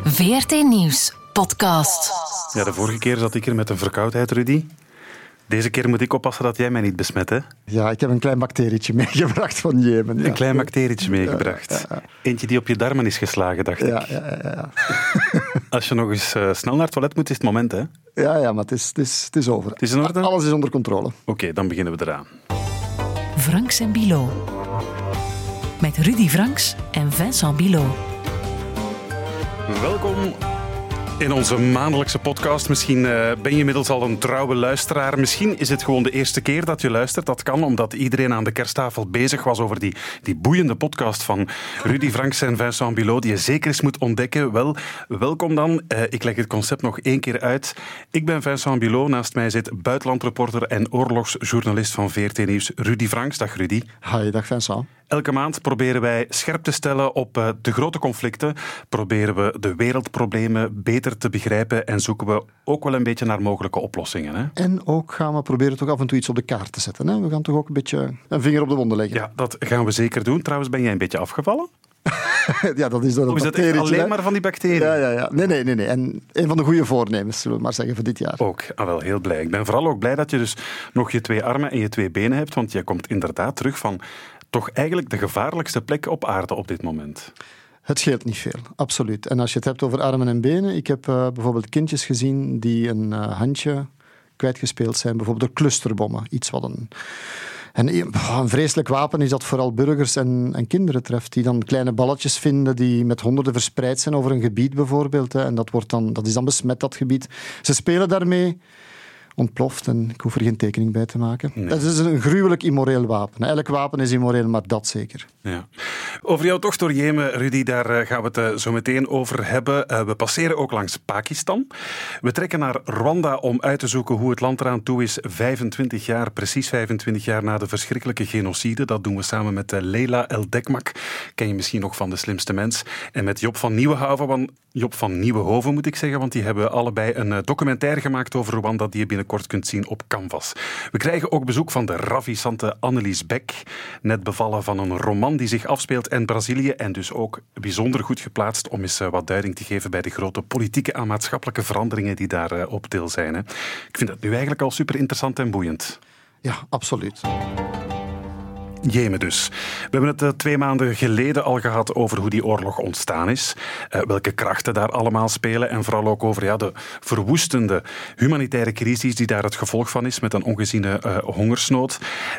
VRT Nieuws podcast. Ja, de vorige keer zat ik hier met een verkoudheid, Rudy. Deze keer moet ik oppassen dat jij mij niet besmet, hè? Ja, ik heb een klein bacterietje meegebracht van Jemen. Ja. Een klein bacterietje meegebracht. Ja. Eentje die op je darmen is geslagen, dacht ik. Ja. Als je nog eens snel naar het toilet moet, is het moment, hè? Ja, maar het is over. Het is in orde? Alles is onder controle. Oké, dan beginnen we eraan. Franks en Bilot. Met Rudy Franks en Vincent Bilot. Welkom in onze maandelijkse podcast. Misschien ben je inmiddels al een trouwe luisteraar. Misschien is het gewoon de eerste keer dat je luistert. Dat kan omdat iedereen aan de kersttafel bezig was over die boeiende podcast van Rudy Franks en Vincent Bilot, die je zeker eens moet ontdekken. Wel, welkom dan. Ik leg het concept nog één keer uit. Ik ben Vincent Bilot. Naast mij zit buitenlandreporter en oorlogsjournalist van VRT Nieuws, Rudy Franks. Dag Rudy. Hi, dag Vincent. Elke maand proberen wij scherp te stellen op de grote conflicten. Proberen we de wereldproblemen beter te begrijpen en zoeken we ook wel een beetje naar mogelijke oplossingen. Hè? En ook gaan we proberen toch af en toe iets op de kaart te zetten. Hè? We gaan toch ook een beetje een vinger op de wonden leggen. Ja, dat gaan we zeker doen. Trouwens, ben jij een beetje afgevallen? Ja, dat is door een Of is dat echt alleen maar van die bacteriën? Ja. Nee. En een van de goede voornemens, zullen we maar zeggen, voor dit jaar. Ook. Wel heel blij. Ik ben vooral ook blij dat je dus nog je 2 armen en je 2 benen hebt, want je komt inderdaad terug van toch eigenlijk de gevaarlijkste plek op aarde op dit moment. Het scheelt niet veel, absoluut. En als je het hebt over armen en benen, ik heb bijvoorbeeld kindjes gezien die een handje kwijtgespeeld zijn, bijvoorbeeld door clusterbommen. Iets wat een vreselijk wapen is dat vooral burgers en kinderen treft, die dan kleine balletjes vinden die met honderden verspreid zijn over een gebied bijvoorbeeld. En dat is dan besmet, dat gebied. Ze spelen daarmee, ontploft en ik hoef er geen tekening bij te maken. Nee. Dat is een gruwelijk immoreel wapen. Elk wapen is immoreel, maar dat zeker. Ja. Over jouw tocht door Jemen, Rudy, daar gaan we het zo meteen over hebben. We passeren ook langs Pakistan. We trekken naar Rwanda om uit te zoeken hoe het land eraan toe is precies 25 jaar na de verschrikkelijke genocide. Dat doen we samen met Leila El-Dekmak. Ken je misschien nog van De Slimste Mens. En met Job van Nieuwenhoven, moet ik zeggen, want die hebben allebei een documentaire gemaakt over Rwanda die je binnenkort kunt zien op Canvas. We krijgen ook bezoek van de ravissante Annelies Beck, net bevallen van een roman die zich afspeelt in Brazilië en dus ook bijzonder goed geplaatst om eens wat duiding te geven bij de grote politieke en maatschappelijke veranderingen die daar op deel zijn. Hè. Ik vind dat nu eigenlijk al super interessant en boeiend. Ja, absoluut. Jemen dus. We hebben het 2 maanden geleden al gehad over hoe die oorlog ontstaan is, welke krachten daar allemaal spelen en vooral ook over de verwoestende humanitaire crisis die daar het gevolg van is met een ongeziene hongersnood.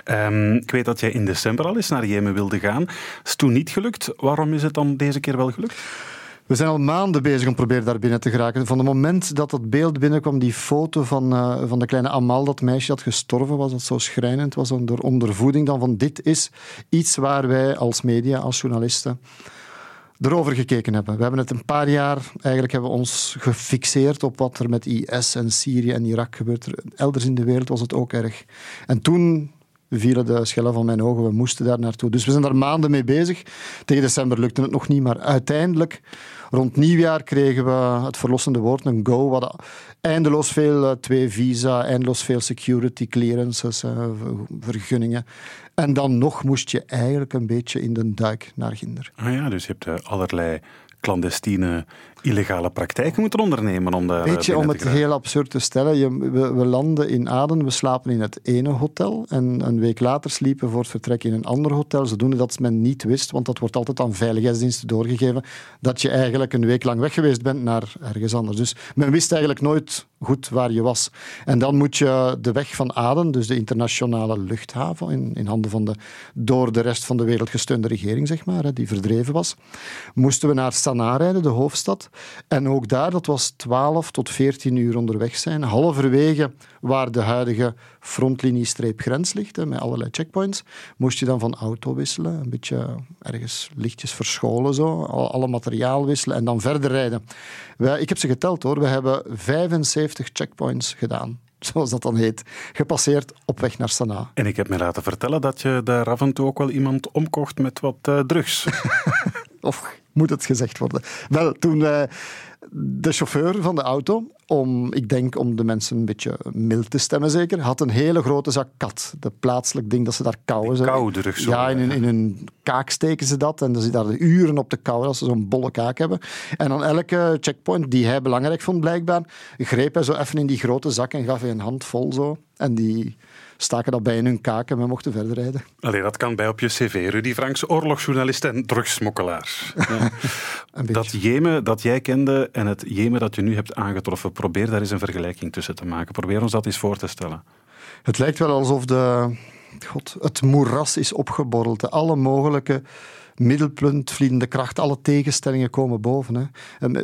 Ik weet dat jij in december al eens naar Jemen wilde gaan. Is toen niet gelukt. Waarom is het dan deze keer wel gelukt? We zijn al maanden bezig om proberen daar binnen te geraken. Van het moment dat dat beeld binnenkwam, die foto van de kleine Amal, dat meisje dat gestorven was, dat zo schrijnend was door ondervoeding, dan van dit is iets waar wij als media, als journalisten, erover gekeken hebben. We hebben het een paar jaar, eigenlijk hebben we ons gefixeerd op wat er met IS en Syrië en Irak gebeurt. Elders in de wereld was het ook erg. En toen vielen de schellen van mijn ogen, we moesten daar naartoe. Dus we zijn daar maanden mee bezig. Tegen december lukte het nog niet, maar uiteindelijk, rond nieuwjaar, kregen we het verlossende woord, een go. We hadden eindeloos veel 2 visa, eindeloos veel security clearances, vergunningen. En dan nog moest je eigenlijk een beetje in de duik naar Ginder. Ah ja, dus je hebt allerlei clandestine, illegale praktijken moeten ondernemen om daar Weet je, om het heel absurd te stellen, we landen in Aden, we slapen in het ene hotel en een week later sliepen we voor het vertrek in een ander hotel, zodoende dat men niet wist, want dat wordt altijd aan veiligheidsdiensten doorgegeven, dat je eigenlijk een week lang weg geweest bent naar ergens anders. Dus men wist eigenlijk nooit goed waar je was. En dan moet je de weg van Aden, dus de internationale luchthaven, in handen van de door de rest van de wereld gesteunde regering, zeg maar, die verdreven was, moesten we naar Sanaa rijden, de hoofdstad. En ook daar, dat was 12 tot 14 uur onderweg zijn. Halverwege waar de huidige frontlinie-grens ligt, met allerlei checkpoints, moest je dan van auto wisselen, een beetje ergens lichtjes verscholen, zo, alle materiaal wisselen en dan verder rijden. Ik heb ze geteld hoor, we hebben 75 checkpoints gedaan, zoals dat dan heet, gepasseerd op weg naar Sanaa. En ik heb me laten vertellen dat je daar af en toe ook wel iemand omkocht met wat drugs. Of moet het gezegd worden. Wel, toen de chauffeur van de auto, ik denk om de mensen een beetje mild te stemmen zeker, had een hele grote zak kat. De plaatselijk ding dat ze daar kauwen. Kouderig zo. Ja, in hun kaak steken ze dat en dan zit daar de uren op te kauwen als ze zo'n bolle kaak hebben. En aan elke checkpoint die hij belangrijk vond blijkbaar, greep hij zo even in die grote zak en gaf hij een handvol zo. En die staken dat bij in hun kaak en we mochten verder rijden. Allee, dat kan bij op je cv. Rudy Franks, oorlogsjournalist en drugsmokkelaar. Ja. Dat Jemen dat jij kende en het Jemen dat je nu hebt aangetroffen, probeer daar eens een vergelijking tussen te maken. Probeer ons dat eens voor te stellen. Het lijkt wel alsof het moeras is opgeborreld. Alle mogelijke middelpuntvliedende kracht, alle tegenstellingen komen boven. Hè.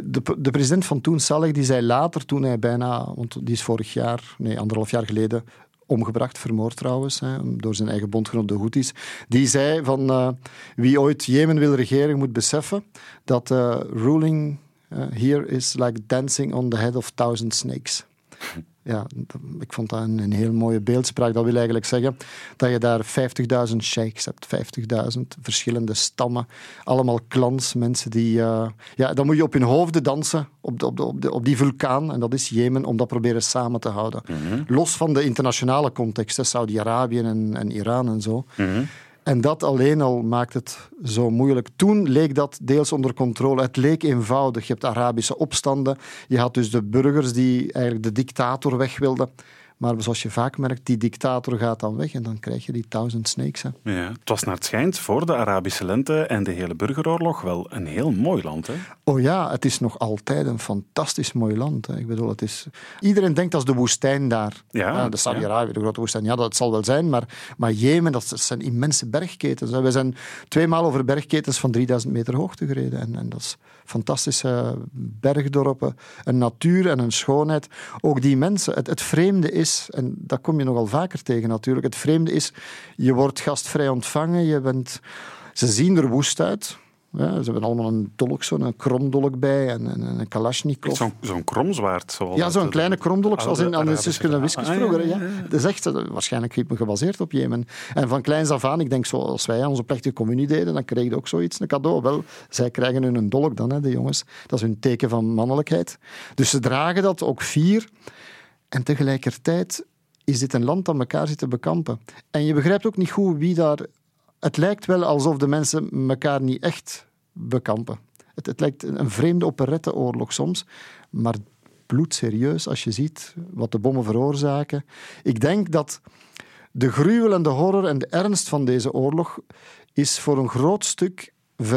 De president van toen, Saleh, die zei later, toen hij want die is 1,5 jaar geleden omgebracht, vermoord trouwens, door zijn eigen bondgenoot de Houthis. Die zei van wie ooit Jemen wil regeren moet beseffen dat ruling here is like dancing on the head of 1000 snakes. Ja, ik vond dat een heel mooie beeldspraak. Dat wil eigenlijk zeggen dat je daar 50.000 sheiks hebt, 50.000 verschillende stammen, allemaal clans, mensen die... dan moet je op hun hoofden dansen, op die vulkaan, en dat is Jemen, om dat proberen samen te houden. Mm-hmm. Los van de internationale context, Saudi-Arabië en Iran en zo. Mm-hmm. En dat alleen al maakt het zo moeilijk. Toen leek dat deels onder controle. Het leek eenvoudig. Je hebt Arabische opstanden. Je had dus de burgers die eigenlijk de dictator weg wilden. Maar zoals je vaak merkt, die dictator gaat dan weg en dan krijg je die 1000 snakes. Hè. Ja, het was naar het schijnt voor de Arabische lente en de hele burgeroorlog wel een heel mooi land. Hè? Oh ja, het is nog altijd een fantastisch mooi land. Hè. Ik bedoel, iedereen denkt als de woestijn daar. Ja, de Saudi-Arabië, de grote woestijn. Ja, dat zal wel zijn, maar Jemen, dat zijn immense bergketens. Hè. Wij zijn 2 maal over bergketens van 3000 meter hoogte gereden. En dat is fantastische bergdorpen, een natuur en een schoonheid. Ook die mensen, het vreemde is, en dat kom je nogal vaker tegen natuurlijk, het vreemde is, je wordt gastvrij ontvangen, ze zien er woest uit. Ja, ze hebben allemaal een dolk, een kromdolk bij en een kalasjnikov. Zo'n kromzwaard. Ja, zo'n kleine kromdolk, zoals in de Sisken en Wiskus vroeger. Ja. Dat is echt, waarschijnlijk gebaseerd op Jemen. En van kleins af aan, ik denk zoals wij aan onze plechtige communie deden, dan kreeg je ook zoiets, een cadeau. Wel, zij krijgen hun een dolk dan, de jongens. Dat is hun teken van mannelijkheid. Dus ze dragen dat ook fier. En tegelijkertijd is dit een land dat elkaar zit te bekampen. En je begrijpt ook niet goed wie daar... Het lijkt wel alsof de mensen elkaar niet echt bekampen. Het lijkt een vreemde operetteoorlog soms, maar bloedserieus als je ziet wat de bommen veroorzaken. Ik denk dat de gruwel en de horror en de ernst van deze oorlog is voor een groot stuk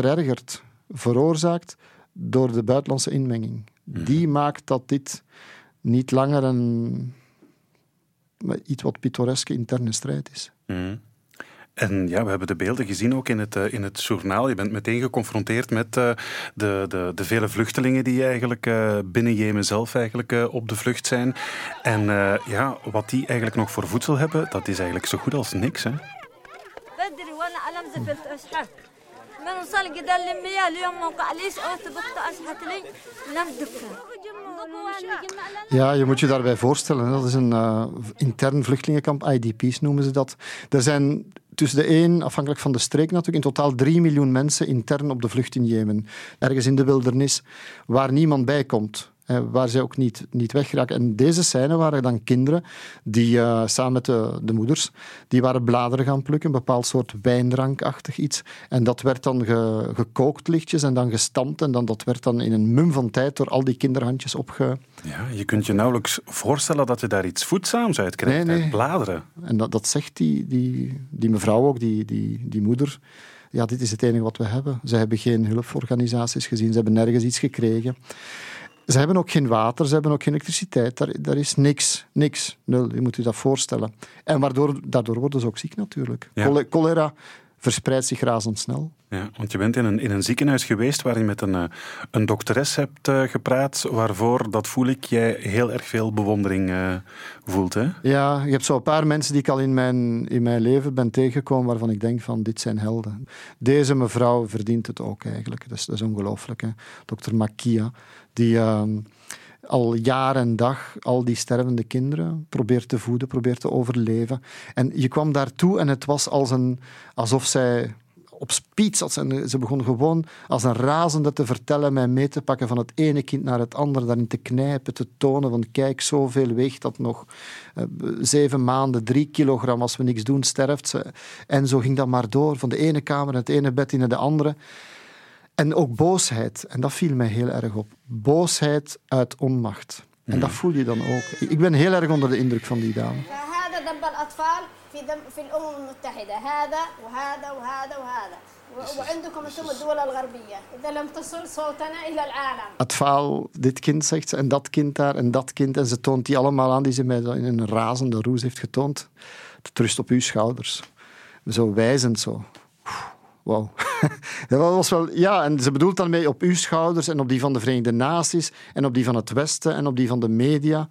veroorzaakt door de buitenlandse inmenging. Die maakt dat dit niet langer een iets wat pittoreske interne strijd is. Mm. En ja, we hebben de beelden gezien ook in het journaal. Je bent meteen geconfronteerd met de vele vluchtelingen die eigenlijk binnen Jemen zelf eigenlijk op de vlucht zijn. En wat die eigenlijk nog voor voedsel hebben, dat is eigenlijk zo goed als niks. Hè? Ja, je moet je daarbij voorstellen. Dat is een intern vluchtelingenkamp, IDP's noemen ze dat. Er zijn tussen afhankelijk van de streek natuurlijk, in totaal 3 miljoen mensen intern op de vlucht in Jemen. Ergens in de wildernis, waar niemand bij komt. Waar zij ook niet weggeraken. En deze scène waren dan kinderen die samen met de moeders, die waren bladeren gaan plukken, een bepaald soort wijndrankachtig iets. En dat werd dan gekookt lichtjes en dan gestampt en dat werd dan in een mum van tijd door al die kinderhandjes Ja, je kunt je nauwelijks voorstellen dat je daar iets voedzaams uit krijgt, nee. Uit bladeren. En dat zegt die mevrouw ook, die moeder. Ja, dit is het enige wat we hebben. Ze hebben geen hulporganisaties gezien, ze hebben nergens iets gekregen. Ze hebben ook geen water, ze hebben ook geen elektriciteit. Daar is niks. Nul, je moet je dat voorstellen. En daardoor worden ze ook ziek natuurlijk. Ja. Cholera verspreidt zich razendsnel. Ja, want je bent in een ziekenhuis geweest waar je met een dokteres hebt gepraat, waarvoor, dat voel ik, jij heel erg veel bewondering voelt. Hè? Ja, je hebt zo een paar mensen die ik al in mijn leven ben tegengekomen waarvan ik denk van, dit zijn helden. Deze mevrouw verdient het ook eigenlijk. Dat is ongelooflijk. Hè? Dokter Makia, die al jaar en dag al die stervende kinderen probeert te voeden, probeert te overleven. En je kwam daartoe en het was alsof zij op speed zat. Ze begon gewoon als een razende te vertellen, mij mee te pakken van het ene kind naar het andere, daarin te knijpen, te tonen van kijk, zoveel weegt dat nog. 7 maanden, 3 kilogram, als we niks doen, sterft ze. En zo ging dat maar door, van de ene kamer, het ene bed in de andere. En ook boosheid, en dat viel mij heel erg op. Boosheid uit onmacht. En dat voel je dan ook. Ik ben heel erg onder de indruk van die dame. Atfaal, dit kind zegt ze, en dat kind daar, en dat kind. En ze toont die allemaal aan die ze mij in een razende roes heeft getoond. Het rust op uw schouders. Zo wijzend zo. Wauw. Dat was wel, ja, en ze bedoelt daarmee op uw schouders en op die van de Verenigde Naties en op die van het Westen en op die van de media.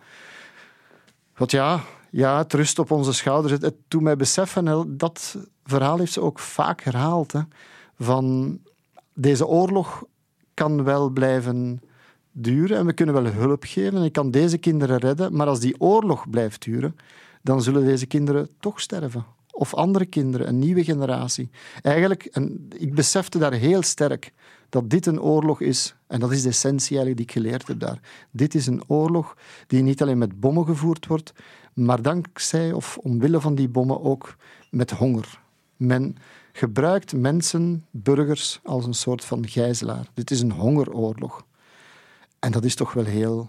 Want ja, het rust op onze schouders. Het doet mij beseffen, dat verhaal heeft ze ook vaak herhaald, hè, van deze oorlog kan wel blijven duren en we kunnen wel hulp geven en ik kan deze kinderen redden, maar als die oorlog blijft duren, dan zullen deze kinderen toch sterven. Of andere kinderen, een nieuwe generatie. Eigenlijk, en ik besefte daar heel sterk dat dit een oorlog is, en dat is de essentie eigenlijk die ik geleerd heb daar. Dit is een oorlog die niet alleen met bommen gevoerd wordt, maar dankzij of omwille van die bommen ook met honger. Men gebruikt mensen, burgers, als een soort van gijzelaar. Dit is een hongeroorlog. En dat is toch wel heel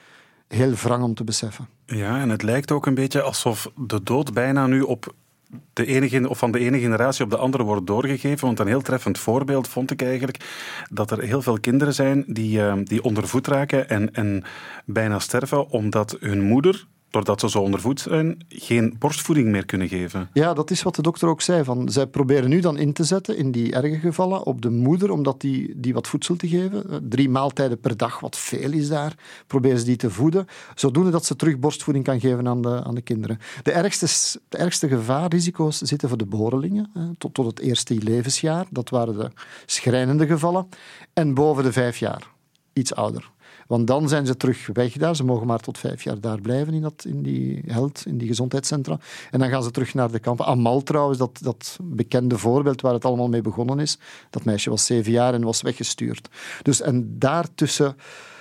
wrang om te beseffen. Ja, en het lijkt ook een beetje alsof de dood bijna nu van de ene generatie op de andere wordt doorgegeven. Want een heel treffend voorbeeld vond ik eigenlijk dat er heel veel kinderen zijn die ondervoed raken en bijna sterven omdat hun moeder, doordat ze zo ondervoed zijn, geen borstvoeding meer kunnen geven. Ja, dat is wat de dokter ook zei. Zij proberen nu dan in te zetten, in die erge gevallen, op de moeder, omdat die wat voedsel te geven. 3 maaltijden per dag, wat veel is daar. Proberen ze die te voeden, zodoende dat ze terug borstvoeding kan geven aan de kinderen. De ergste gevaarrisico's zitten voor de boorlingen, tot het eerste levensjaar. Dat waren de schrijnende gevallen. En boven de 5 jaar, iets ouder. Want dan zijn ze terug weg daar. Ze mogen maar tot 5 jaar daar blijven in die gezondheidscentra. En dan gaan ze terug naar de kampen. Amal trouwens, dat bekende voorbeeld waar het allemaal mee begonnen is. Dat meisje was 7 jaar en was weggestuurd. Dus, en daartussen...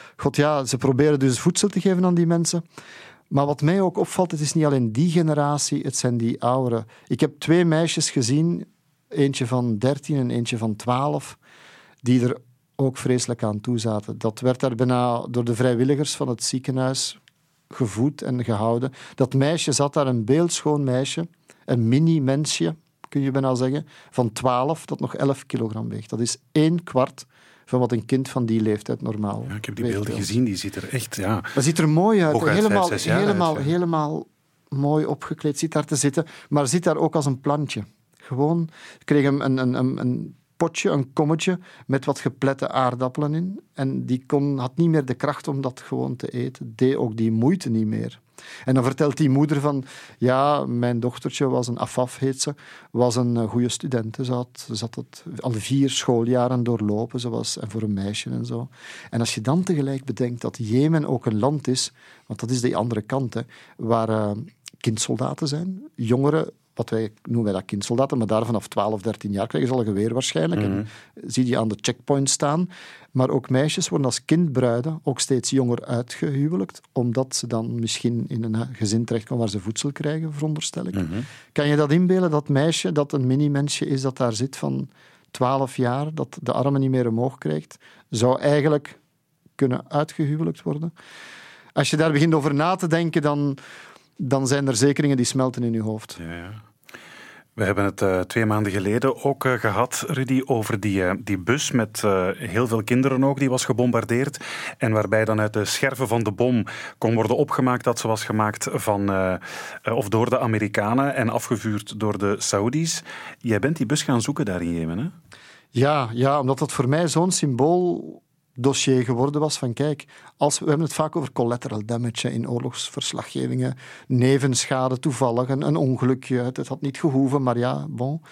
ze proberen dus voedsel te geven aan die mensen. Maar wat mij ook opvalt, het is niet alleen die generatie, het zijn die ouderen. Ik heb 2 meisjes gezien, eentje van 13 en eentje van 12, die er ook vreselijk aan toe zaten. Dat werd daar bijna door de vrijwilligers van het ziekenhuis gevoed en gehouden. Dat meisje zat daar, een beeldschoon meisje, een mini-mensje, kun je bijna zeggen, van 12, dat nog 11 kilogram weegt. Dat is 1/4 van wat een kind van die leeftijd normaal. Ja, ik heb die beelden gezien, die ziet er echt... Ja, dat ziet er mooi uit. Helemaal mooi opgekleed zit daar te zitten, maar zit daar ook als een plantje. Gewoon, ik kreeg een potje, een kommetje met wat geplette aardappelen in. En die had niet meer de kracht om dat gewoon te eten. Deed ook die moeite niet meer. En dan vertelt die moeder van... Ja, mijn dochtertje was een Afaf, heet ze. Was een goede student. Ze had het al 4 schooljaren doorlopen. En voor een meisje en zo. En als je dan tegelijk bedenkt dat Jemen ook een land is... Want dat is de andere kant, hè, waar kindsoldaten zijn. Jongeren... noemen wij dat kindsoldaten, maar daar vanaf 12, 13 jaar krijgen ze al een geweer waarschijnlijk. En zie je aan de checkpoint staan. Maar ook meisjes worden als kindbruiden ook steeds jonger uitgehuwelijkt, omdat ze dan misschien in een gezin terechtkomen waar ze voedsel krijgen, veronderstel ik. Kan je dat inbeelden, dat meisje, dat een mini-mensje is dat daar zit van 12 jaar, dat de armen niet meer omhoog krijgt, zou eigenlijk kunnen uitgehuwelijkt worden? Als je daar begint over na te denken, dan zijn er zekeringen die smelten in je hoofd. Ja. We hebben het 2 maanden geleden ook gehad, Rudy, over die bus met heel veel kinderen ook, die was gebombardeerd. En waarbij dan uit de scherven van de bom kon worden opgemaakt dat ze was gemaakt of door de Amerikanen en afgevuurd door de Saoedi's. Jij bent die bus gaan zoeken daar in Jemen, hè? Ja, omdat dat voor mij zo'n symbooldossier geworden was van kijk, we hebben het vaak over collateral damage in oorlogsverslaggevingen, nevenschade toevallig, een ongelukje, het had niet gehoeven, maar ja, bon.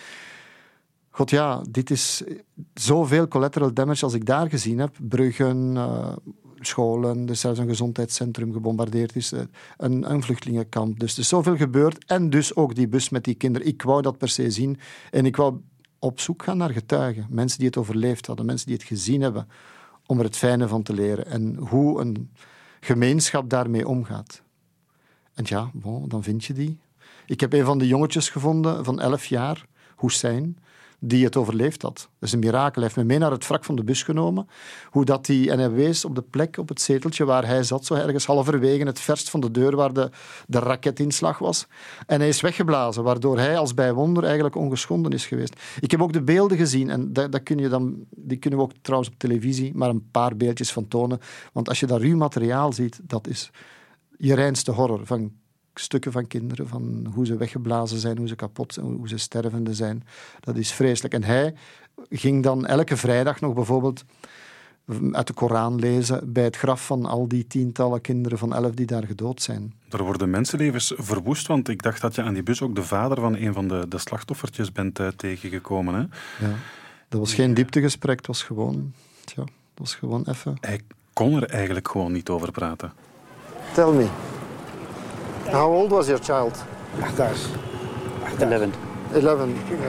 God ja, dit is zoveel collateral damage als ik daar gezien heb. Bruggen, scholen, er is zelfs een gezondheidscentrum gebombardeerd is, een vluchtelingenkamp. Dus er is zoveel gebeurd en dus ook die bus met die kinderen. Ik wou dat per se zien en ik wou op zoek gaan naar getuigen. Mensen die het overleefd hadden, mensen die het gezien hebben, om er het fijne van te leren. En hoe een gemeenschap daarmee omgaat. En ja, dan vind je die. Ik heb een van de jongetjes gevonden van 11 jaar, Hussein, die het overleefd had. Dat is een mirakel. Hij heeft me mee naar het wrak van de bus genomen. En hij wees op de plek, op het zeteltje waar hij zat, zo ergens halverwege het verst van de deur waar de raketinslag was. En hij is weggeblazen, waardoor hij als bij wonder eigenlijk ongeschonden is geweest. Ik heb ook de beelden gezien, en die kunnen we ook trouwens op televisie maar een paar beeldjes van tonen. Want als je dat ruw materiaal ziet, dat is je reinste horror van stukken van kinderen, van hoe ze weggeblazen zijn, hoe ze kapot zijn, hoe ze stervende zijn. Dat is vreselijk. En hij ging dan elke vrijdag nog bijvoorbeeld uit de Koran lezen bij het graf van al die tientallen kinderen van 11 die daar gedood zijn. Er worden mensenlevens verwoest, want ik dacht dat je aan die bus ook de vader van een van de slachtoffertjes bent tegengekomen. Hè? Ja, dat was geen dieptegesprek, het was gewoon, dat was gewoon even... Hij kon er eigenlijk gewoon niet over praten. Tell me. How old was your child? 11. 11.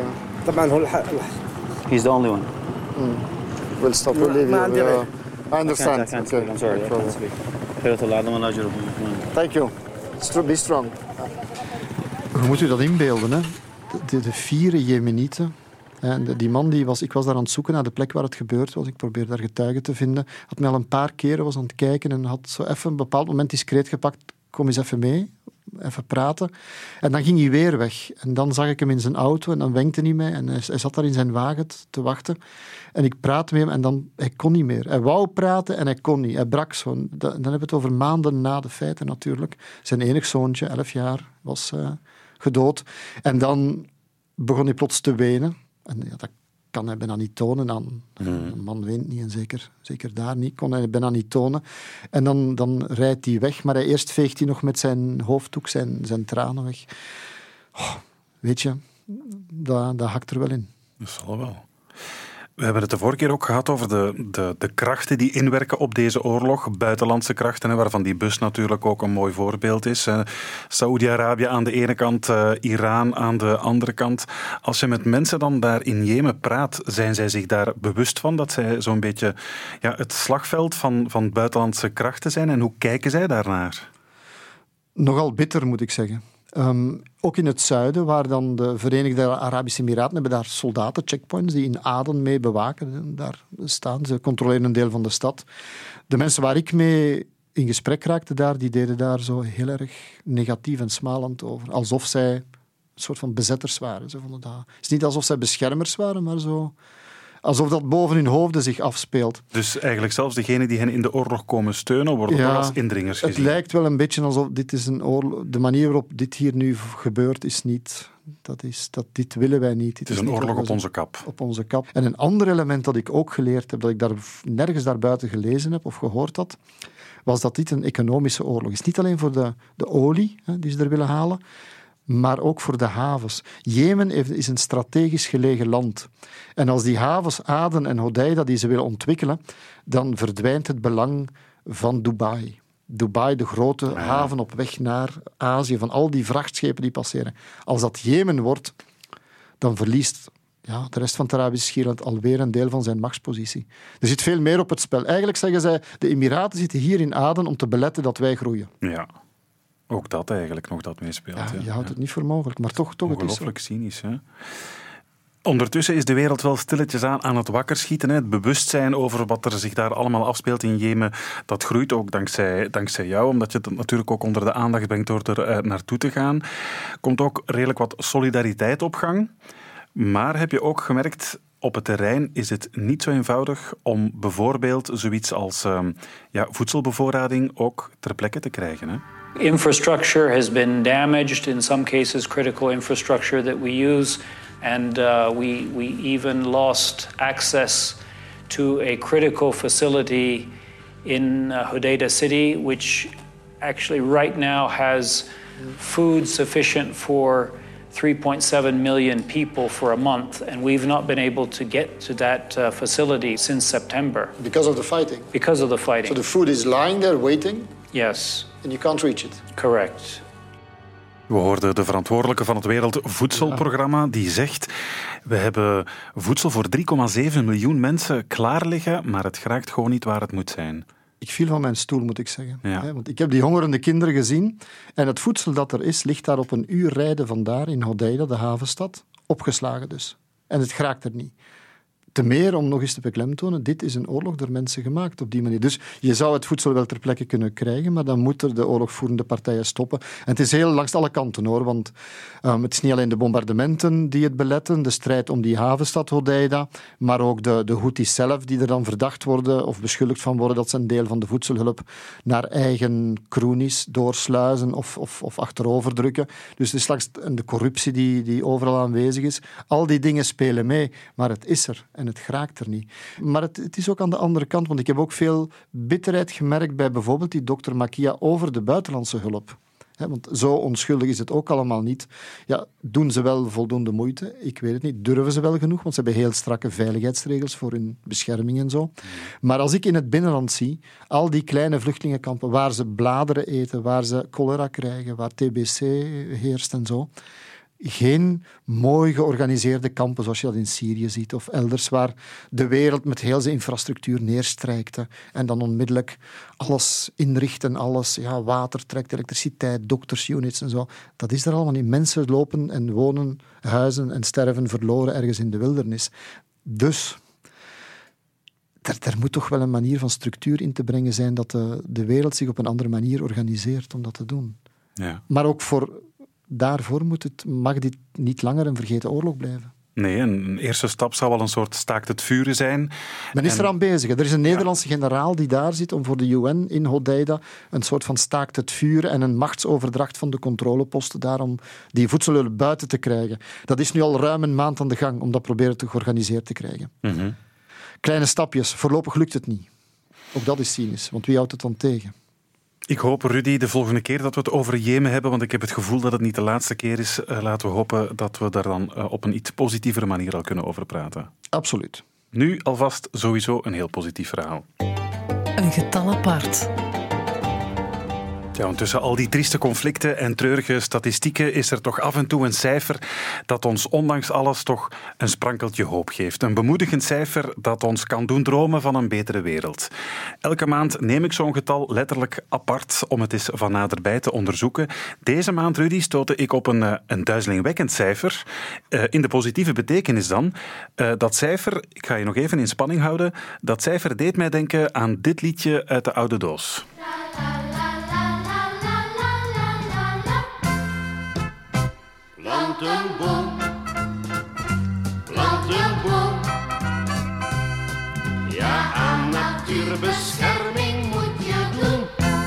He's the only one. We'll stop. We'll leave you. I understand. I can't speak. I'm sorry. I can't speak. Thank you. Be strong. Hoe moet u dat inbeelden, hè? De 4 Jemenieten. En die man, ik was daar aan het zoeken naar de plek waar het gebeurd was. Ik probeerde daar getuigen te vinden. Had mij al een paar keren was aan het kijken en had zo even een bepaald moment discreet gepakt. Kom eens even mee, even praten. En dan ging hij weer weg. En dan zag ik hem in zijn auto en dan wenkte hij mij. En hij zat daar in zijn wagen te wachten. En ik praatte met hem en dan, hij kon niet meer. Hij wou praten en hij kon niet. Hij brak zo. Dan hebben we het over maanden na de feiten natuurlijk. Zijn enig zoontje, 11 jaar, was gedood. En dan begon hij plots te wenen. En ja, dat kan hij bijna niet tonen aan. Een man weent niet en zeker daar niet. Kon hij bijna niet tonen. En dan rijdt hij weg, maar eerst veegt hij nog met zijn hoofddoek zijn tranen weg. Oh, weet je, dat hakt er wel in. Dat zal wel. We hebben het de vorige keer ook gehad over de krachten die inwerken op deze oorlog. Buitenlandse krachten, waarvan die bus natuurlijk ook een mooi voorbeeld is. Saoedi-Arabië aan de ene kant, Iran aan de andere kant. Als je met mensen dan daar in Jemen praat, zijn zij zich daar bewust van dat zij zo'n beetje het slagveld van buitenlandse krachten zijn? En hoe kijken zij daarnaar? Nogal bitter, moet ik zeggen. Ook in het zuiden, waar dan de Verenigde Arabische Emiraten hebben daar soldaten, checkpoints, die in Aden mee bewaken. Daar staan ze, controleren een deel van de stad. De mensen waar ik mee in gesprek raakte daar, die deden daar zo heel erg negatief en smalend over. Alsof zij een soort van bezetters waren. Ze vonden dat. Het is niet alsof zij beschermers waren, maar zo... Alsof dat boven hun hoofden zich afspeelt. Dus eigenlijk zelfs degenen die hen in de oorlog komen steunen, worden toch als indringers gezien? Het lijkt wel een beetje alsof dit is een oorlog... De manier waarop dit hier nu gebeurt is niet... Dit willen wij niet. Het is een oorlog op onze kap. Op onze kap. En een ander element dat ik ook geleerd heb, dat ik nergens daarbuiten gelezen heb of gehoord had, was dat dit een economische oorlog is. Niet alleen voor de olie die ze er willen halen, maar ook voor de havens. Jemen is een strategisch gelegen land. En als die havens, Aden en Hodeida, die ze willen ontwikkelen, dan verdwijnt het belang van Dubai. Dubai, de grote haven op weg naar Azië, van al die vrachtschepen die passeren. Als dat Jemen wordt, dan verliest de rest van het Arabisch Schiereiland alweer een deel van zijn machtspositie. Er zit veel meer op het spel. Eigenlijk zeggen zij, de Emiraten zitten hier in Aden om te beletten dat wij groeien. Ja. Ook dat eigenlijk nog dat meespeelt. Ja, je houdt het niet voor mogelijk, maar toch het is ongelooflijk cynisch, hè? Ondertussen is de wereld wel stilletjes aan het wakkerschieten. Hè. Het bewustzijn over wat er zich daar allemaal afspeelt in Jemen, dat groeit ook dankzij jou, omdat je het natuurlijk ook onder de aandacht brengt door er naartoe te gaan. Komt ook redelijk wat solidariteit op gang. Maar heb je ook gemerkt, op het terrein is het niet zo eenvoudig om bijvoorbeeld zoiets als voedselbevoorrading ook ter plekke te krijgen, hè? Infrastructure has been damaged, in some cases critical infrastructure that we use, and we even lost access to a critical facility in Hodeida city, which actually right now has food sufficient for 3.7 million people for a month, and we've not been able to get to that facility since September. Because of the fighting? Because of the fighting. So the food is lying there waiting? Yes. And you can't reach it? Correct. We hoorden de verantwoordelijke van het Wereldvoedselprogramma die zegt we hebben voedsel voor 3,7 miljoen mensen klaar liggen, maar het geraakt gewoon niet waar het moet zijn. Ik viel van mijn stoel, moet ik zeggen. Ja. Want ik heb die hongerende kinderen gezien en het voedsel dat er is, ligt daar op een uur rijden vandaar in Hodeida, de havenstad, opgeslagen dus. En het geraakt er niet. Te meer om nog eens te beklemtonen, dit is een oorlog door mensen gemaakt op die manier. Dus je zou het voedsel wel ter plekke kunnen krijgen, maar dan moeten de oorlogvoerende partijen stoppen. En het is heel langs alle kanten hoor, want het is niet alleen de bombardementen die het beletten, de strijd om die havenstad Hodeida, maar ook de Houthis zelf die er dan verdacht worden of beschuldigd van worden dat ze een deel van de voedselhulp naar eigen kroonies doorsluizen of achteroverdrukken. Dus het is langs de corruptie die overal aanwezig is. Al die dingen spelen mee, maar het is er. En het geraakt er niet. Maar het is ook aan de andere kant, want ik heb ook veel bitterheid gemerkt bij bijvoorbeeld die dokter Makia over de buitenlandse hulp. Want zo onschuldig is het ook allemaal niet. Ja, doen ze wel voldoende moeite? Ik weet het niet. Durven ze wel genoeg? Want ze hebben heel strakke veiligheidsregels voor hun bescherming en zo. Maar als ik in het binnenland zie, al die kleine vluchtelingenkampen waar ze bladeren eten, waar ze cholera krijgen, waar TBC heerst en zo, geen mooi georganiseerde kampen zoals je dat in Syrië ziet of elders waar de wereld met heel zijn infrastructuur neerstrijkte en dan onmiddellijk alles inrichten, alles, water trekt, elektriciteit, doktersunits en zo. Dat is er allemaal niet. Mensen lopen en wonen, huizen en sterven verloren ergens in de wildernis. Dus er moet toch wel een manier van structuur in te brengen zijn dat de wereld zich op een andere manier organiseert om dat te doen. Ja. Maar ook daarvoor mag dit niet langer een vergeten oorlog blijven. Nee, een eerste stap zou wel een soort staakt het vuren zijn. Men is eraan bezig. Er is een Nederlandse generaal die daar zit om voor de UN in Hodeida een soort van staakt het vuren en een machtsoverdracht van de controleposten daar om die voedselhulp buiten te krijgen. Dat is nu al ruim een maand aan de gang om dat proberen te georganiseerd te krijgen. Mm-hmm. Kleine stapjes. Voorlopig lukt het niet. Ook dat is cynisch, want wie houdt het dan tegen? Ik hoop, Rudy, de volgende keer dat we het over Jemen hebben, want ik heb het gevoel dat het niet de laatste keer is, laten we hopen dat we daar dan op een iets positievere manier al kunnen over praten. Absoluut. Nu alvast sowieso een heel positief verhaal. Een getal apart. Ja, tussen al die trieste conflicten en treurige statistieken is er toch af en toe een cijfer dat ons ondanks alles toch een sprankeltje hoop geeft. Een bemoedigend cijfer dat ons kan doen dromen van een betere wereld. Elke maand neem ik zo'n getal letterlijk apart om het eens van naderbij te onderzoeken. Deze maand, Rudy, stootte ik op een duizelingwekkend cijfer. In de positieve betekenis dan. Dat cijfer, ik ga je nog even in spanning houden, dat cijfer deed mij denken aan dit liedje uit de oude doos. Plant een boom, plant een boom. Ja, aan natuurbescherming moet je doen.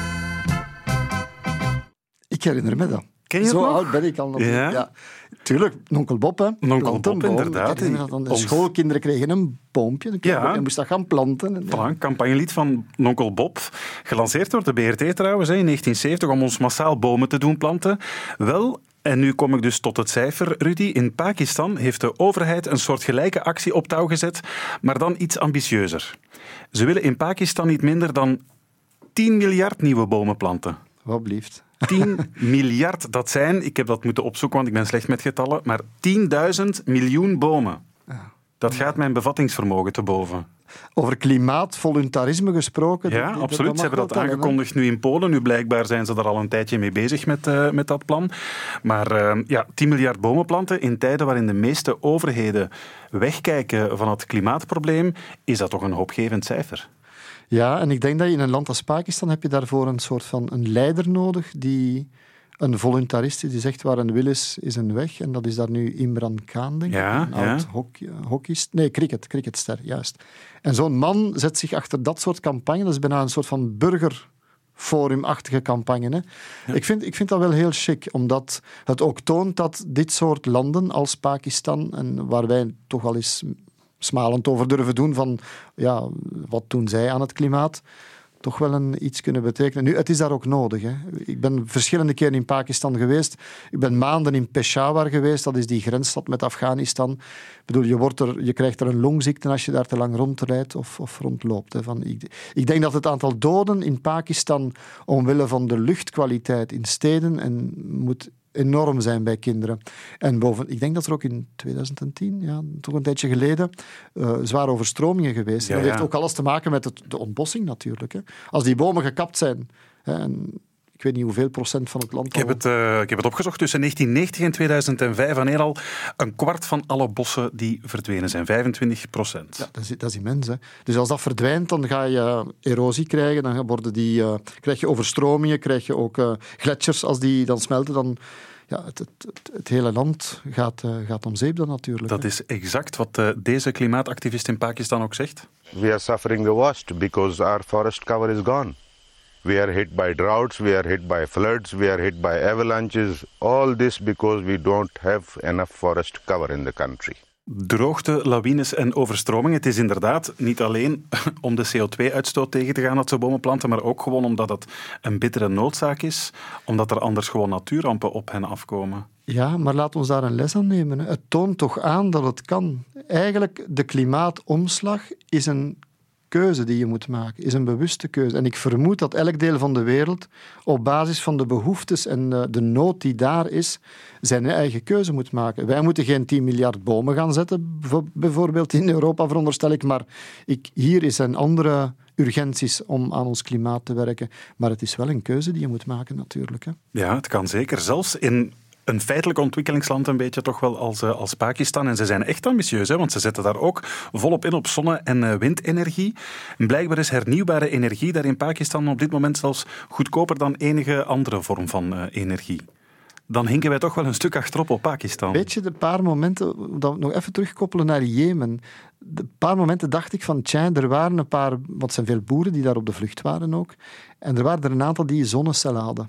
Ik herinner me dat. Ken je Zo het nog? Oud ben ik al nog. Ja? Ja. Tuurlijk, nonkel Bob. Hè. Nonkel Bob, inderdaad. De schoolkinderen kregen een boompje en moest dat gaan planten. Voilà, campagnelied van nonkel Bob. Gelanceerd door de BRT trouwens in 1970 om ons massaal bomen te doen planten. Wel... En nu kom ik dus tot het cijfer, Rudy. In Pakistan heeft de overheid een soort gelijke actie op touw gezet, maar dan iets ambitieuzer. Ze willen in Pakistan niet minder dan 10 miljard nieuwe bomen planten. Wat blieft. 10 miljard, dat zijn, ik heb dat moeten opzoeken, want ik ben slecht met getallen, maar 10.000 miljoen bomen. Dat gaat mijn bevattingsvermogen te boven. Over klimaatvoluntarisme gesproken. Ja, absoluut. Ze hebben dat aangekondigd nu in Polen. Nu blijkbaar zijn ze er al een tijdje mee bezig met dat plan. Maar 10 miljard bomen planten in tijden waarin de meeste overheden wegkijken van het klimaatprobleem, is dat toch een hoopgevend cijfer. Ja, en ik denk dat in een land als Pakistan heb je daarvoor een soort van een leider nodig die... Een voluntarist die zegt waar een wil is een weg. En dat is daar nu Imran Khan, denk ik. Een oud hockeyist. Nee, cricketster, juist. En zo'n man zet zich achter dat soort campagne. Dat is bijna een soort van burgerforumachtige campagne. Hè. Ja. Ik vind dat wel heel chic, omdat het ook toont dat dit soort landen als Pakistan, en waar wij toch al eens smalend over durven doen van wat doen zij aan het klimaat, toch wel iets kunnen betekenen. Nu, het is daar ook nodig. Hè. Ik ben verschillende keren in Pakistan geweest. Ik ben maanden in Peshawar geweest. Dat is die grensstad met Afghanistan. Ik bedoel, je krijgt er een longziekte als je daar te lang rondrijdt of rondloopt. Hè. Ik denk dat het aantal doden in Pakistan omwille van de luchtkwaliteit in steden moet enorm zijn bij kinderen. En ik denk dat er ook in 2010, toch een tijdje geleden, zware overstromingen geweest. Ja, dat heeft ook alles te maken met de ontbossing natuurlijk. Hè. Als die bomen gekapt zijn, en ik weet niet hoeveel procent van het land... Ik heb het opgezocht. Tussen 1990 en 2005 alleen al een kwart van alle bossen die verdwenen zijn. 25%. Ja, dat is immens. Hè. Dus als dat verdwijnt, dan ga je erosie krijgen. Dan krijg je overstromingen, krijg je ook gletsjers. Als die dan smelten, dan... Ja, het hele land gaat om zeep dan natuurlijk. Dat is exact wat deze klimaatactivist in Pakistan ook zegt. We are suffering the worst because our forest cover is gone. We are hit by droughts, we are hit by floods, we are hit by avalanches. All this because we don't have enough forest cover in the country. Droogte, lawines en overstromingen. Het is inderdaad niet alleen om de CO2-uitstoot tegen te gaan dat ze bomen planten, maar ook gewoon omdat het een bittere noodzaak is, omdat er anders gewoon natuurrampen op hen afkomen. Ja, maar laat ons daar een les aan nemen. Het toont toch aan dat het kan. Eigenlijk, de klimaatomslag is een keuze die je moet maken, is een bewuste keuze. En ik vermoed dat elk deel van de wereld op basis van de behoeftes en de nood die daar is, zijn eigen keuze moet maken. Wij moeten geen 10 miljard bomen gaan zetten, bijvoorbeeld in Europa, veronderstel ik, maar hier zijn andere urgenties om aan ons klimaat te werken. Maar het is wel een keuze die je moet maken, natuurlijk. Hè. Ja, het kan zeker. Zelfs in een feitelijk ontwikkelingsland een beetje toch wel als Pakistan. En ze zijn echt ambitieus, hè, want ze zetten daar ook volop in op zonne- en windenergie. En blijkbaar is hernieuwbare energie daar in Pakistan op dit moment zelfs goedkoper dan enige andere vorm van energie. Dan hinken wij toch wel een stuk achterop op Pakistan. Weet je, de paar momenten, dat we nog even terugkoppelen naar Jemen. De paar momenten dacht ik van, er waren een paar, want het zijn veel boeren die daar op de vlucht waren ook. En er waren er een aantal die zonnecellen hadden.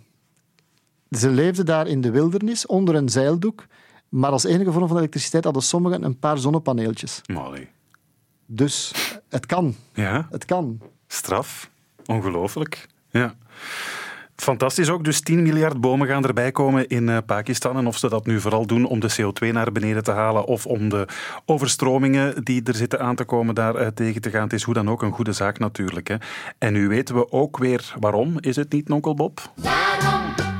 Ze leefden daar in de wildernis, onder een zeildoek, maar als enige vorm van elektriciteit hadden sommigen een paar zonnepaneeltjes. Mooi. Dus het kan. Ja. Het kan. Straf. Ongelooflijk. Ja. Fantastisch ook. Dus 10 miljard bomen gaan erbij komen in Pakistan. En of ze dat nu vooral doen om de CO2 naar beneden te halen of om de overstromingen die er zitten aan te komen daar tegen te gaan. Het is hoe dan ook een goede zaak natuurlijk. Hè. En nu weten we ook weer waarom. Is het niet, Nonkel Bob? Daarom.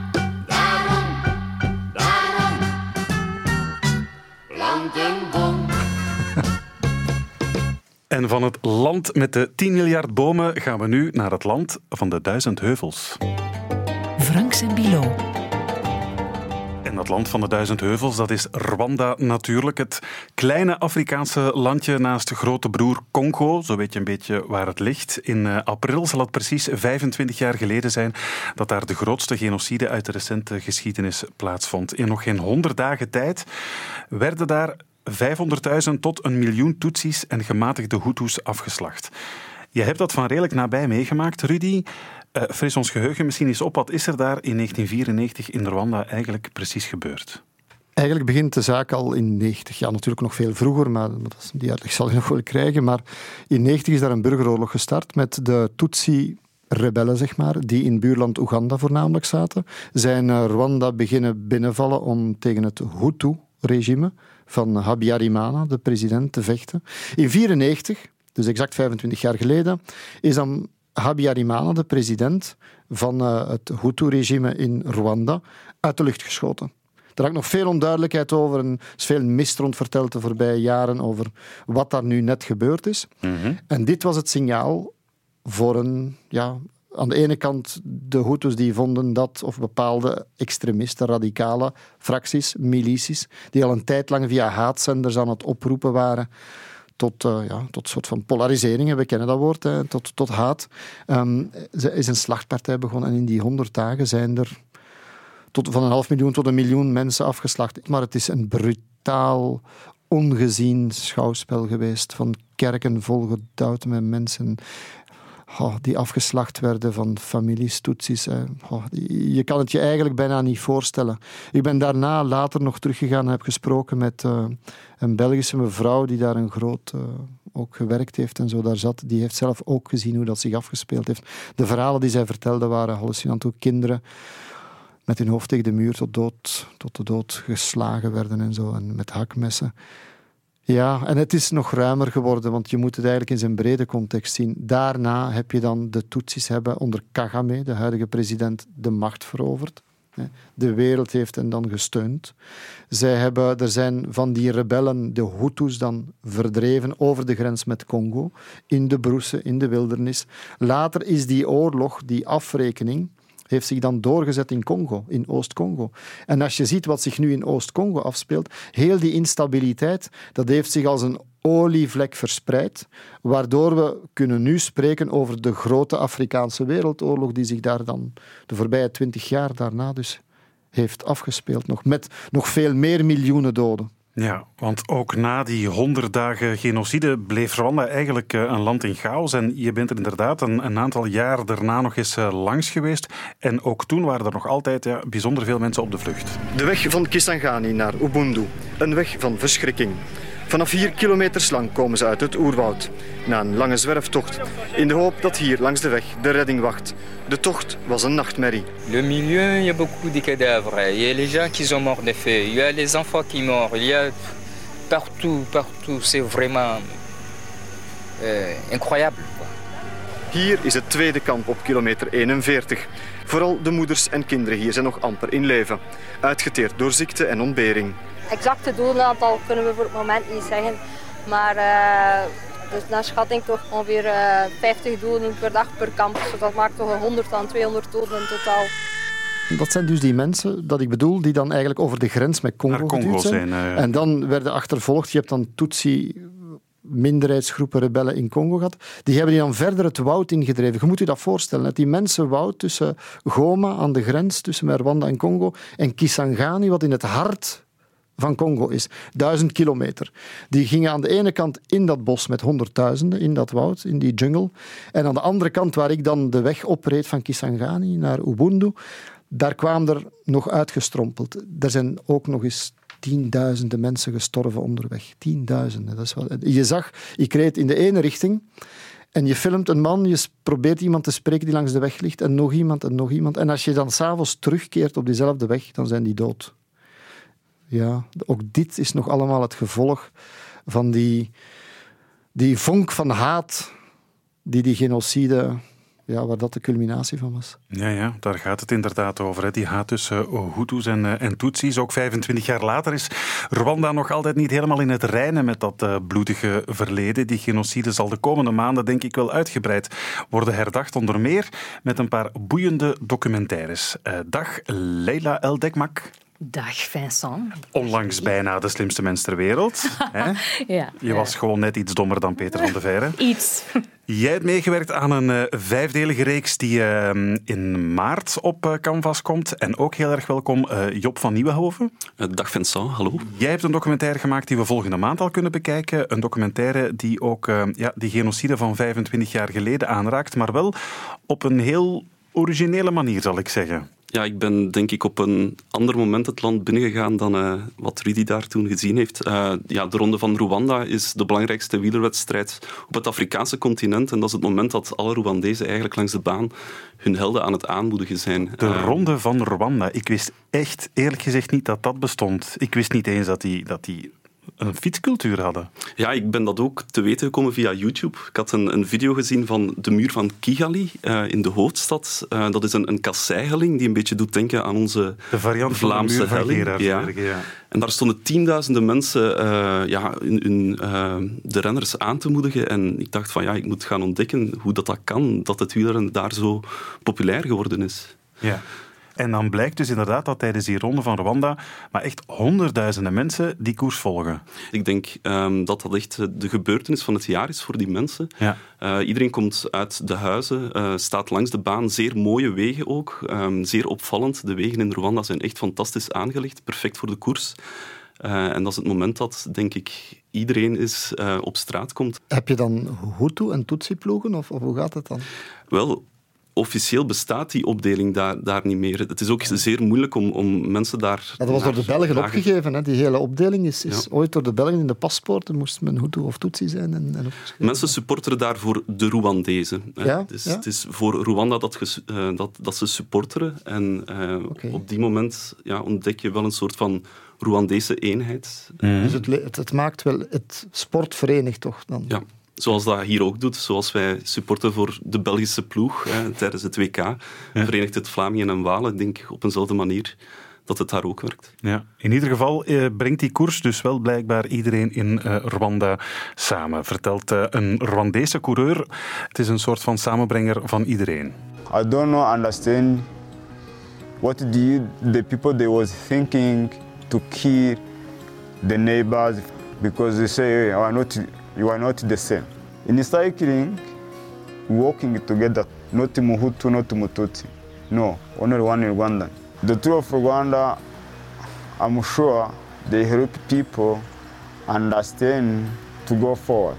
Plant een boom. En van het land met de 10 miljard bomen gaan we nu naar het land van de 1000 heuvels. Franks en Bilo. En dat land van de 1000 heuvels, dat is Rwanda natuurlijk. Het kleine Afrikaanse landje naast de grote broer Congo. Zo weet je een beetje waar het ligt. In april zal het precies 25 jaar geleden zijn dat daar de grootste genocide uit de recente geschiedenis plaatsvond. In nog geen 100 dagen tijd werden daar 500.000 tot 1 miljoen Tutsis en gematigde Hutus afgeslacht. Je hebt dat van redelijk nabij meegemaakt, Rudy. Fris ons geheugen misschien eens op. Wat is er daar in 1994 in Rwanda eigenlijk precies gebeurd? Eigenlijk begint de zaak al in 90. Ja, natuurlijk nog veel vroeger, maar die uitleg zal je nog wel krijgen. Maar in 90 is daar een burgeroorlog gestart met de Tutsi-rebellen, zeg maar, die in buurland Oeganda voornamelijk zaten. Zijn Rwanda beginnen binnenvallen om tegen het Hutu-regime van Habyarimana, de president, te vechten. In 1994, dus exact 25 jaar geleden, is dan Habyarimana, de president van het Hutu-regime in Rwanda, uit de lucht geschoten. Er hangt nog veel onduidelijkheid over en er is veel mist rond verteld de voorbije jaren over wat daar nu net gebeurd is. Mm-hmm. En dit was het signaal voor aan de ene kant de Hutus die vonden dat, of bepaalde extremisten, radicale fracties, milities, die al een tijd lang via haatzenders aan het oproepen waren tot soort van polariseringen, we kennen dat woord, tot haat. Is een slachtpartij begonnen en in die 100 dagen zijn er van 500.000 tot 1 miljoen mensen afgeslacht. Maar het is een brutaal, ongezien schouwspel geweest van kerken volgedouwd met mensen die afgeslacht werden van families, Tutsis. Je kan het je eigenlijk bijna niet voorstellen. Ik ben daarna later nog teruggegaan en heb gesproken met een Belgische mevrouw die daar een groot ook gewerkt heeft en zo daar zat. Die heeft zelf ook gezien hoe dat zich afgespeeld heeft. De verhalen die zij vertelde waren hallucinant, hoe kinderen met hun hoofd tegen de muur tot de dood geslagen werden en zo, en met hakmessen. Ja, en het is nog ruimer geworden, want je moet het eigenlijk in zijn brede context zien. Daarna heb je dan de Tutsis hebben onder Kagame, de huidige president, de macht veroverd. De wereld heeft hen dan gesteund. Er zijn van die rebellen, de Hutus, dan verdreven over de grens met Congo, in de broessen, in de wildernis. Later is die oorlog, die afrekening, heeft zich dan doorgezet in Congo, in Oost-Congo. En als je ziet wat zich nu in Oost-Congo afspeelt, heel die instabiliteit, dat heeft zich als een olievlek verspreid, waardoor we kunnen nu spreken over de grote Afrikaanse wereldoorlog die zich daar dan de voorbije 20 jaar daarna dus heeft afgespeeld, nog met nog veel meer miljoenen doden. Ja, want ook na die 100 dagen genocide bleef Rwanda eigenlijk een land in chaos. En je bent er inderdaad een aantal jaar daarna nog eens langs geweest. En ook toen waren er nog altijd bijzonder veel mensen op de vlucht. De weg van Kisangani naar Ubundu. Een weg van verschrikking. Vanaf 4 kilometers lang komen ze uit het oerwoud. Na een lange zwerftocht. In de hoop dat hier langs de weg de redding wacht. De tocht was een nachtmerrie. Le milieu, il y a beaucoup de cadavres. Il y a les gens qui sont morts de faim. Il y a les enfants qui sont morts. Il y a partout. C'est vraiment incroyable. Hier is het tweede kamp op kilometer 41. Vooral de moeders en kinderen hier zijn nog amper in leven. Uitgeteerd door ziekte en ontbering. Exacte dodenaantal kunnen we voor het moment niet zeggen. Maar dus naar schatting toch ongeveer 50 doden per dag per kamp. Dus dat maakt toch 100 à 200 doden in totaal. Dat zijn dus die mensen, dat ik bedoel, die dan eigenlijk over de grens met Congo geduwd zijn. En dan werden achtervolgd. Je hebt dan Tutsi-minderheidsgroepen rebellen in Congo gehad. Die hebben die dan verder het woud ingedreven. Je moet je dat voorstellen. Die mensenwoud tussen Goma aan de grens, tussen Rwanda en Congo, en Kisangani, wat in het hart van Congo is. 1000 kilometer. Die gingen aan de ene kant in dat bos met honderdduizenden, in dat woud, in die jungle. En aan de andere kant, waar ik dan de weg opreed van Kisangani naar Ubundu, daar kwamen er nog uitgestrompeld. Er zijn ook nog eens 10.000 mensen gestorven onderweg. 10.000. Dat is wel... Je zag, ik reed in de ene richting en je filmt een man, je probeert iemand te spreken die langs de weg ligt en nog iemand en nog iemand. En als je dan 's avonds terugkeert op diezelfde weg, dan zijn die dood. Ja, ook dit is nog allemaal het gevolg van die vonk van haat die genocide, waar dat de culminatie van was. Ja, daar gaat het inderdaad over. Hè. Die haat tussen Hutus en Tutsis. Ook 25 jaar later is Rwanda nog altijd niet helemaal in het reinen met dat bloedige verleden. Die genocide zal de komende maanden denk ik wel uitgebreid worden herdacht. Onder meer met een paar boeiende documentaires. Dag Leila Eldekmak. Dag Vincent. Onlangs bijna de slimste mens ter wereld. Hè? Ja. Je was gewoon net iets dommer dan Peter van de Veire. Iets. Jij hebt meegewerkt aan een 5-delige reeks die in maart op Canvas komt. En ook heel erg welkom Job van Nieuwenhoven. Dag Vincent, hallo. Jij hebt een documentaire gemaakt die we volgende maand al kunnen bekijken. Een documentaire die ook die genocide van 25 jaar geleden aanraakt. Maar wel op een heel originele manier, zal ik zeggen. Ja, ik ben denk ik op een ander moment het land binnengegaan dan wat Rudy daar toen gezien heeft. De Ronde van Rwanda is de belangrijkste wielerwedstrijd op het Afrikaanse continent. En dat is het moment dat alle Rwandezen eigenlijk langs de baan hun helden aan het aanmoedigen zijn. De Ronde van Rwanda. Ik wist echt, eerlijk gezegd, niet dat dat bestond. Ik wist niet eens dat die een fietscultuur hadden. Ja, ik ben dat ook te weten gekomen via YouTube. Ik had een video gezien van de muur van Kigali in de hoofdstad. Dat is een kasseihelling die een beetje doet denken aan onze de variant Vlaamse van de muur van helling. Ja. En daar stonden 10.000 mensen de renners aan te moedigen. En ik dacht van ik moet gaan ontdekken hoe dat kan, dat het wielrennen daar zo populair geworden is. Ja. En dan blijkt dus inderdaad dat tijdens die Ronde van Rwanda maar echt honderdduizenden mensen die koers volgen. Ik denk dat echt de gebeurtenis van het jaar is voor die mensen. Ja. Iedereen komt uit de huizen, staat langs de baan. Zeer mooie wegen ook, zeer opvallend. De wegen in Rwanda zijn echt fantastisch aangelegd, perfect voor de koers. En dat is het moment dat, denk ik, iedereen op straat komt. Heb je dan Hutu- en Tutsi-ploegen, of hoe gaat het dan? Wel, officieel bestaat die opdeling daar niet meer. Het is ook zeer moeilijk om mensen daar... Ja, dat was door de Belgen opgegeven. Hè? Die hele opdeling is ooit door de Belgen in de paspoorten. Moest men Hutu of Tutsi zijn. En mensen supporteren daar voor de Rwandezen. Ja? Het is voor Rwanda dat ze supporteren. En op die moment ontdek je wel een soort van Rwandese eenheid. Dus het maakt wel... Het sport verenigt toch dan? Ja. zoals dat hier ook doet, zoals wij supporten voor de Belgische ploeg tijdens het WK, Verenigd het Vlamingen en Walen, ik denk op eenzelfde manier dat het daar ook werkt. Ja, in ieder geval brengt die koers dus wel blijkbaar iedereen in Rwanda samen, vertelt een Rwandese coureur. Het is een soort van samenbrenger van iedereen. I don't understand what the people they was thinking to kill the neighbors because they say you are not the same. In cycling, walking together, not Muhutu, not Mututsi. No, only one in Rwanda. The Tour of Rwanda, I'm sure they help people understand to go forward.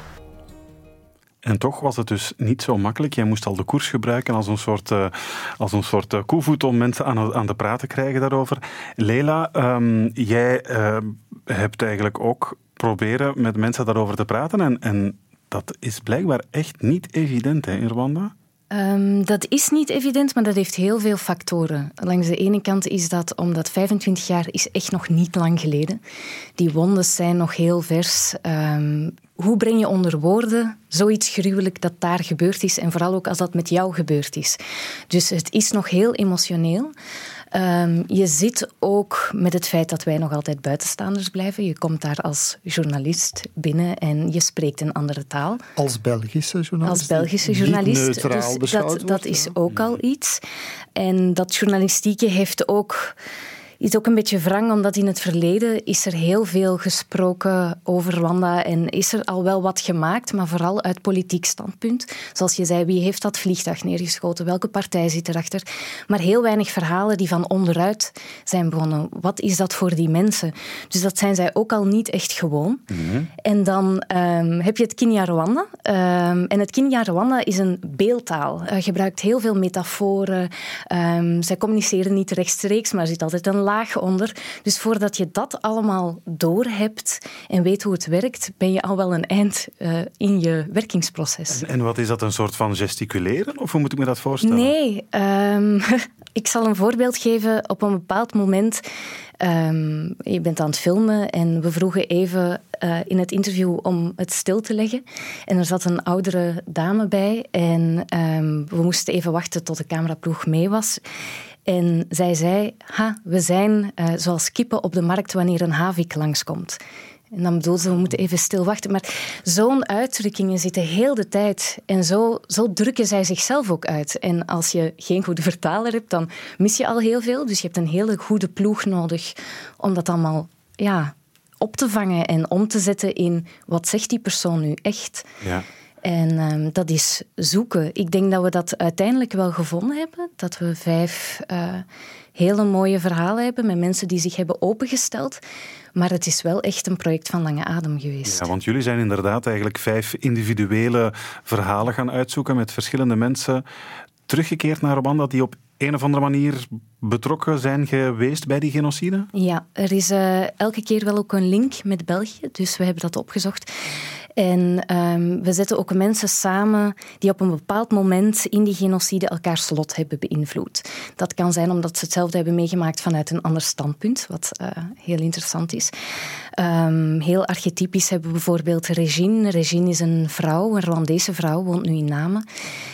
En toch was het dus niet zo makkelijk. Jij moest al de koers gebruiken als een soort koevoet om mensen aan de praat te krijgen daarover. Leila, jij hebt eigenlijk ook proberen met mensen daarover te praten. En dat is blijkbaar echt niet evident in Rwanda. Dat is niet evident, maar dat heeft heel veel factoren. Langs de ene kant is dat omdat 25 jaar is echt nog niet lang geleden. Die wondes zijn nog heel vers. Hoe breng je onder woorden zoiets gruwelijk dat daar gebeurd is en vooral ook als dat met jou gebeurd is? Dus het is nog heel emotioneel. Je zit ook met het feit dat wij nog altijd buitenstaanders blijven. Je komt daar als journalist binnen en je spreekt een andere taal. Als Belgische journalist? Als Belgische journalist. Niet neutraal beschouwd wordt. Dat is ook al iets. En dat journalistieke is ook een beetje wrang, omdat in het verleden is er heel veel gesproken over Rwanda en is er al wel wat gemaakt, maar vooral uit politiek standpunt. Zoals je zei, wie heeft dat vliegtuig neergeschoten? Welke partij zit erachter? Maar heel weinig verhalen die van onderuit zijn begonnen. Wat is dat voor die mensen? Dus dat zijn zij ook al niet echt gewoon. Mm-hmm. En dan heb je het Kinyarwanda. En het Kinyarwanda is een beeldtaal. Gebruikt heel veel metaforen. Zij communiceren niet rechtstreeks, maar er zit altijd een laag onder. Dus voordat je dat allemaal doorhebt en weet hoe het werkt, ben je al wel een eind in je werkingsproces. En wat is dat, een soort van gesticuleren? Of hoe moet ik me dat voorstellen? Nee, ik zal een voorbeeld geven. Op een bepaald moment, je bent aan het filmen en we vroegen even in het interview om het stil te leggen. En er zat een oudere dame bij en we moesten even wachten tot de cameraploeg mee was. En zij zei, we zijn zoals kippen op de markt wanneer een havik langskomt. En dan bedoelde ze, we moeten even stil wachten. Maar zo'n uitdrukkingen zitten heel de tijd. En zo drukken zij zichzelf ook uit. En als je geen goede vertaler hebt, dan mis je al heel veel. Dus je hebt een hele goede ploeg nodig om dat allemaal op te vangen en om te zetten in wat zegt die persoon nu echt. Ja. En dat is zoeken. Ik denk dat we dat uiteindelijk wel gevonden hebben. Dat we 5 hele mooie verhalen hebben met mensen die zich hebben opengesteld. Maar het is wel echt een project van lange adem geweest. Ja, want jullie zijn inderdaad eigenlijk 5 individuele verhalen gaan uitzoeken met verschillende mensen teruggekeerd naar Rwanda die op een of andere manier betrokken zijn geweest bij die genocide? Ja, er is elke keer wel ook een link met België, dus we hebben dat opgezocht. En we zetten ook mensen samen die op een bepaald moment in die genocide elkaars lot hebben beïnvloed. Dat kan zijn omdat ze hetzelfde hebben meegemaakt vanuit een ander standpunt, wat heel interessant is. Heel archetypisch hebben we bijvoorbeeld Regine. Regine is een vrouw, een Rwandese vrouw, woont nu in Namen.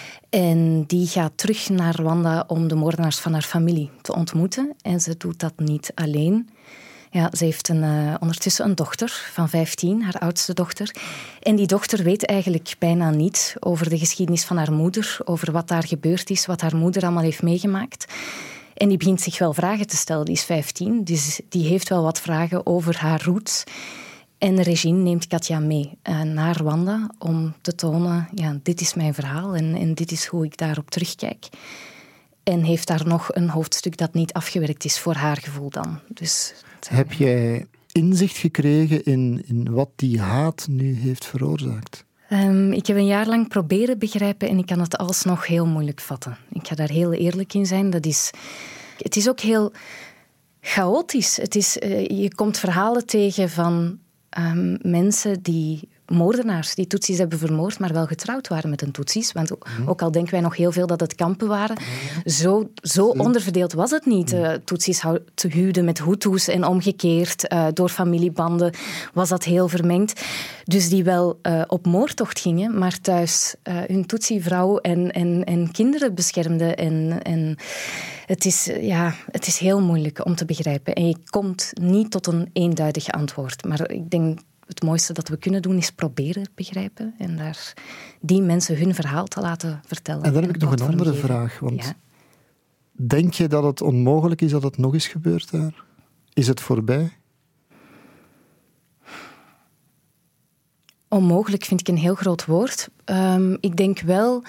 En die gaat terug naar Rwanda om de moordenaars van haar familie te ontmoeten. En ze doet dat niet alleen. Ja, ze heeft ondertussen een dochter van 15, haar oudste dochter. En die dochter weet eigenlijk bijna niet over de geschiedenis van haar moeder, over wat daar gebeurd is, wat haar moeder allemaal heeft meegemaakt. En die begint zich wel vragen te stellen. Die is 15, dus die heeft wel wat vragen over haar roots. En Regine neemt Katja mee naar Rwanda om te tonen, dit is mijn verhaal en dit is hoe ik daarop terugkijk. En heeft daar nog een hoofdstuk dat niet afgewerkt is voor haar gevoel dan. Dus, heb jij inzicht gekregen in wat die haat nu heeft veroorzaakt? Ik heb een jaar lang proberen begrijpen en ik kan het alsnog heel moeilijk vatten. Ik ga daar heel eerlijk in zijn. Het is ook heel chaotisch. Je komt verhalen tegen van mensen die moordenaars die Tutsis hebben vermoord, maar wel getrouwd waren met een Tutsis. Want ook al denken wij nog heel veel dat het kampen waren, zo onderverdeeld was het niet. Tutsis huwden met Hutus en omgekeerd. Door familiebanden was dat heel vermengd. Dus die wel op moordtocht gingen, maar thuis hun Tutsi-vrouw en kinderen beschermden. En het is heel moeilijk om te begrijpen. En je komt niet tot een eenduidig antwoord. Maar ik denk, het mooiste dat we kunnen doen is proberen te begrijpen en daar die mensen hun verhaal te laten vertellen. En dan heb ik nog een andere vraag. Want denk je dat het onmogelijk is dat het nog eens gebeurt daar? Is het voorbij? Onmogelijk vind ik een heel groot woord. Ik denk wel,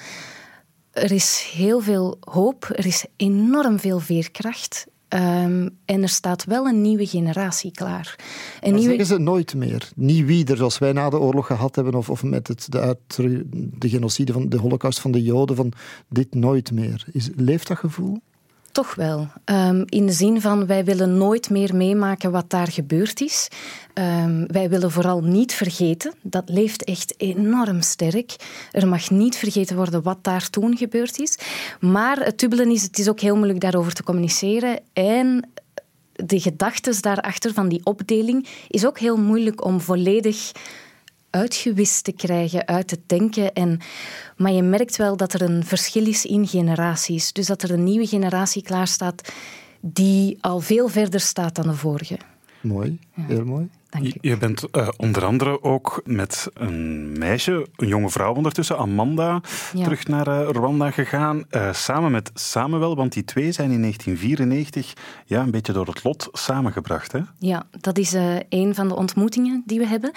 er is heel veel hoop, er is enorm veel veerkracht. En er staat wel een nieuwe generatie klaar. Zeggen ze nooit meer. Niet wie er, zoals wij na de oorlog gehad hebben, of met de genocide van de Holocaust van de Joden, van dit nooit meer. Leeft dat gevoel? Toch wel. In de zin van, wij willen nooit meer meemaken wat daar gebeurd is. Wij willen vooral niet vergeten. Dat leeft echt enorm sterk. Er mag niet vergeten worden wat daar toen gebeurd is. Maar het dubbele is, het is ook heel moeilijk daarover te communiceren. En de gedachtes daarachter van die opdeling is ook heel moeilijk om volledig uitgewist te krijgen uit het denken. Maar je merkt wel dat er een verschil is in generaties. Dus dat er een nieuwe generatie klaarstaat die al veel verder staat dan de vorige. Mooi, heel mooi. Dank u. Je bent onder andere ook met een meisje, een jonge vrouw ondertussen, Amanda, terug naar Rwanda gegaan. Samen met Samuel, want die twee zijn in 1994 een beetje door het lot samengebracht. Hè? Ja, dat is een van de ontmoetingen die we hebben.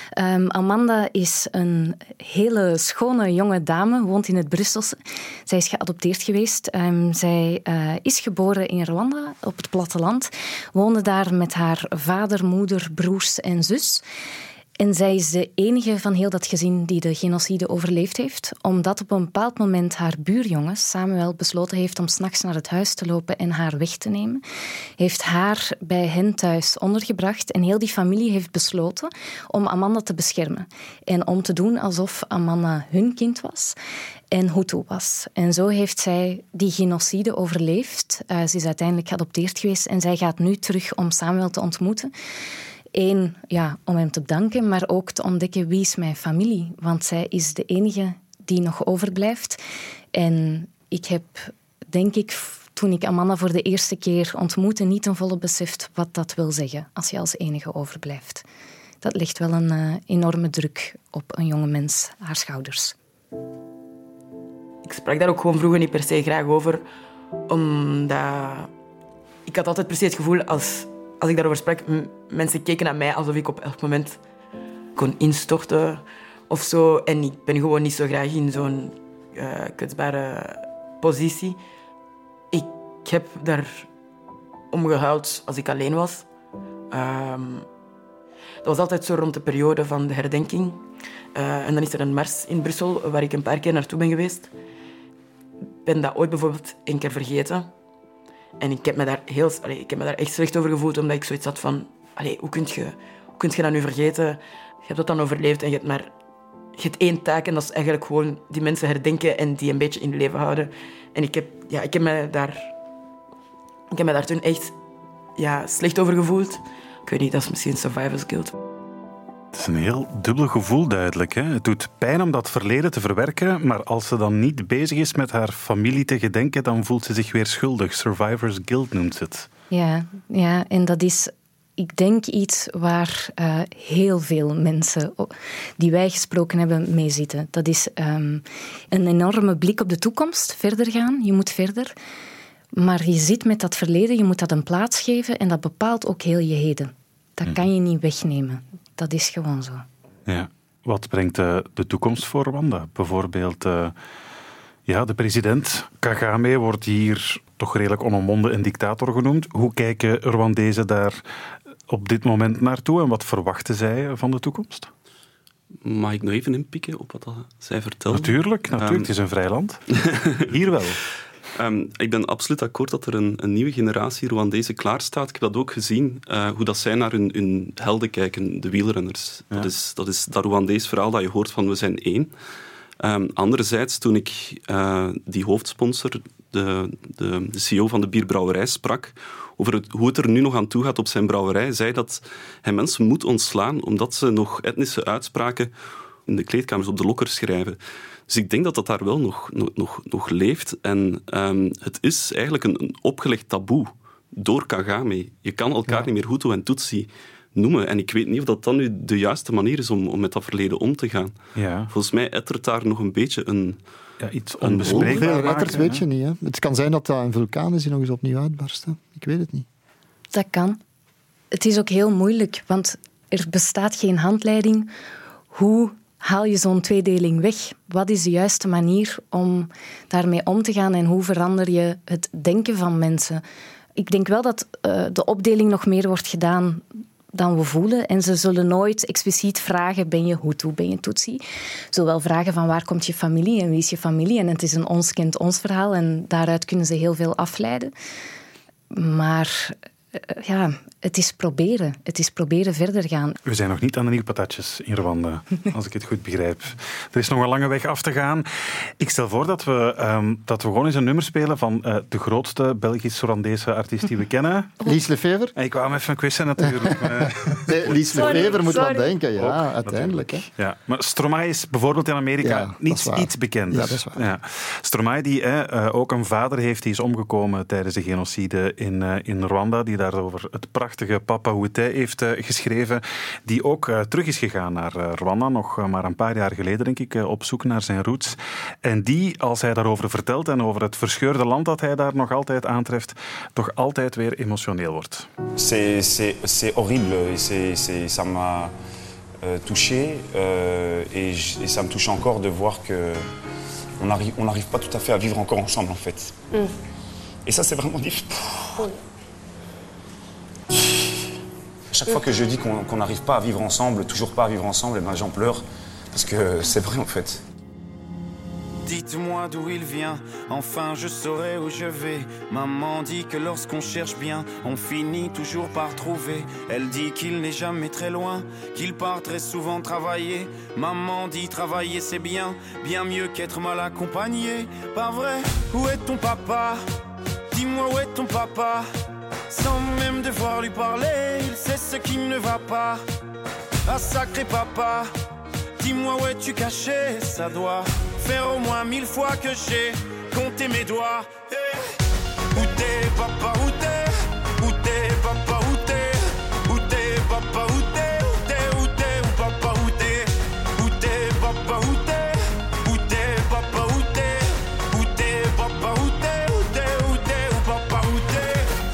Amanda is een hele schone jonge dame, woont in het Brusselse. Zij is geadopteerd geweest. Zij is geboren in Rwanda, op het platteland. Woonde daar met haar vader, moeder, broers en zus. En zij is de enige van heel dat gezin die de genocide overleefd heeft, omdat op een bepaald moment haar buurjongen, Samuel, besloten heeft om 's nachts naar het huis te lopen en haar weg te nemen. Heeft haar bij hen thuis ondergebracht en heel die familie heeft besloten om Amanda te beschermen. En om te doen alsof Amanda hun kind was en Hutu was. En zo heeft zij die genocide overleefd. Ze is uiteindelijk geadopteerd geweest en zij gaat nu terug om Samuel te ontmoeten. Eén, om hem te bedanken, maar ook te ontdekken wie is mijn familie. Want zij is de enige die nog overblijft. En ik heb, denk ik, toen ik Amanda voor de eerste keer ontmoette, niet ten volle beseft wat dat wil zeggen als je als enige overblijft. Dat legt wel een enorme druk op een jonge mens, haar schouders. Ik sprak daar ook gewoon vroeger niet per se graag over, omdat ik had altijd precies het gevoel als ik daarover sprak, mensen keken naar mij alsof ik op elk moment kon instorten of zo. En ik ben gewoon niet zo graag in zo'n kwetsbare positie. Ik heb daar om gehuild als ik alleen was. Dat was altijd zo rond de periode van de herdenking. En dan is er een mars in Brussel, waar ik een paar keer naartoe ben geweest. Ik ben dat ooit bijvoorbeeld 1 keer vergeten. En ik heb me daar echt slecht over gevoeld, omdat ik zoiets had van... Hoe kun je dat nu vergeten? Je hebt dat dan overleefd en je hebt 1 taak en dat is eigenlijk gewoon die mensen herdenken en die een beetje in leven houden. En ik heb me daar toen echt slecht over gevoeld. Ik weet niet, dat is misschien survivor's guilt. Het is een heel dubbel gevoel duidelijk. Hè? Het doet pijn om dat verleden te verwerken, maar als ze dan niet bezig is met haar familie te gedenken, dan voelt ze zich weer schuldig. Survivor's guilt noemt ze het. Ja, en dat is, ik denk, iets waar heel veel mensen die wij gesproken hebben mee zitten. Dat is een enorme blik op de toekomst, verder gaan. Je moet verder. Maar je zit met dat verleden, je moet dat een plaats geven en dat bepaalt ook heel je heden. Dat kan je niet wegnemen. Dat is gewoon zo. Ja. Wat brengt de toekomst voor Rwanda? Bijvoorbeeld, de president Kagame wordt hier toch redelijk onomwonden een dictator genoemd. Hoe kijken Rwandezen daar op dit moment naartoe en wat verwachten zij van de toekomst? Mag ik nog even inpikken op wat zij vertelt? Natuurlijk. Het is een vrij land. Hier wel. Ik ben absoluut akkoord dat er een nieuwe generatie Rwandezen klaarstaat. Ik heb dat ook gezien, hoe dat zij naar hun helden kijken, de wielrenners. Ja. Dat is dat Rwandees verhaal dat je hoort van we zijn één. Anderzijds, toen ik die hoofdsponsor, de CEO van de bierbrouwerij, sprak over hoe het er nu nog aan toe gaat op zijn brouwerij, zei dat hij mensen moet ontslaan omdat ze nog etnische uitspraken in de kleedkamers op de lokkers schrijven. Dus ik denk dat dat daar wel nog leeft. En het is eigenlijk een opgelegd taboe door Kagame. Je kan elkaar niet meer Hutu en Tutsi noemen. En ik weet niet of dat dan nu de juiste manier is om met dat verleden om te gaan. Ja. Volgens mij ettert daar nog een beetje iets onbespreekbaar. Veel ettert weet je niet. Hè? Het kan zijn dat dat een vulkaan is die nog eens opnieuw uitbarst. Hè? Ik weet het niet. Dat kan. Het is ook heel moeilijk, want er bestaat geen handleiding. Hoe haal je zo'n tweedeling weg? Wat is de juiste manier om daarmee om te gaan en hoe verander je het denken van mensen? Ik denk wel dat de opdeling nog meer wordt gedaan dan we voelen. En ze zullen nooit expliciet vragen, ben je Hutu, ben je Tutsi? Ze zullen wel vragen van waar komt je familie en wie is je familie? En het is een ons kent ons verhaal en daaruit kunnen ze heel veel afleiden. Maar het is proberen. Het is proberen verder gaan. We zijn nog niet aan de nieuwe patatjes in Rwanda, als ik het goed begrijp. Er is nog een lange weg af te gaan. Ik stel voor dat we gewoon eens een nummer spelen van de grootste Belgisch-Rwandese artiest die we kennen. Lies Lefevre? Ik wou hem even quizzen natuurlijk. Lies Lefevre moet aan denken, ja, ook, uiteindelijk. Hè. Ja, maar Stromae is bijvoorbeeld in Amerika iets bekend. Ja, dat is waar. Ja. Stromae die ook een vader heeft, die is omgekomen tijdens de genocide in Rwanda, die daarover het prachtige Papa Outé heeft geschreven, die ook terug is gegaan naar Rwanda, nog maar een paar jaar geleden, denk ik, op zoek naar zijn roots. En die, als hij daarover vertelt en over het verscheurde land dat hij daar nog altijd aantreft, toch altijd weer emotioneel wordt. C'est horrible et ça m'a touché et ça me touche encore de voir que on n'arrive pas tout à fait à vivre encore ensemble en fait. Et ça c'est vraiment difficile. Chaque fois que je dis qu'on n'arrive pas à vivre ensemble, toujours pas à vivre ensemble, et ben j'en pleure, parce que c'est vrai en fait. Dites-moi d'où il vient, enfin je saurai où je vais. Maman dit que lorsqu'on cherche bien, on finit toujours par trouver. Elle dit qu'il n'est jamais très loin, qu'il part très souvent travailler. Maman dit travailler c'est bien, bien mieux qu'être mal accompagné. Pas vrai? Où est ton papa? Dis-moi où est ton papa? Sans même devoir lui parler, il sait ce qui ne va pas. Ah sacré papa, dis-moi où es-tu caché? Ça doit faire au moins 1000 fois que j'ai compté mes doigts. Hey. Où t'es papa, où t'es? Où t'es papa, où t'es? Où t'es papa, où t'es? Où t'es, où t'es, où papa, où t'es? Où t'es papa, où t'es? Où t'es papa, où t'es? Où t'es papa, où t'es? Où t'es, où t'es, où papa, où t'es?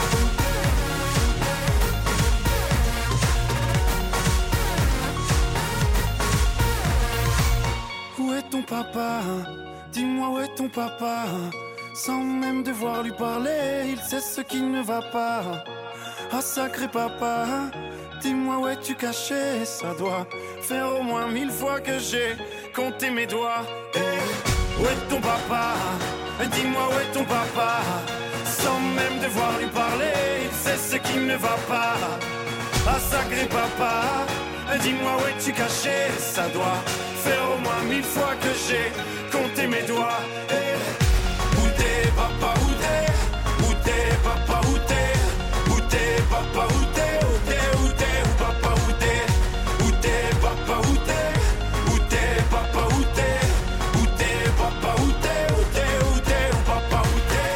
Où est ton papa? Dis-moi où est ton papa? Sans même devoir lui parler, il sait ce qui ne va pas. Ah sacré papa, dis-moi où es-tu caché? Ça doit faire au moins 1000 fois que j'ai compté mes doigts. Hey. Où est ton papa? Dis-moi où est ton papa? Sans même devoir lui parler, il sait ce qui ne va pas. Ah sacré papa, dis-moi où es-tu caché? Ça doit faire au moins 1000 fois que j'ai compté mes doigts. Hey. Où t'es papa, où t'es? Où t'es papa, où t'es? Où t'es papa, où t'es? Où t'es, où t'es, où papa, où t'es? Où t'es papa, où t'es? Où t'es papa, où t'es? Où t'es papa, où t'es? Où t'es, où t'es, où papa, où t'es?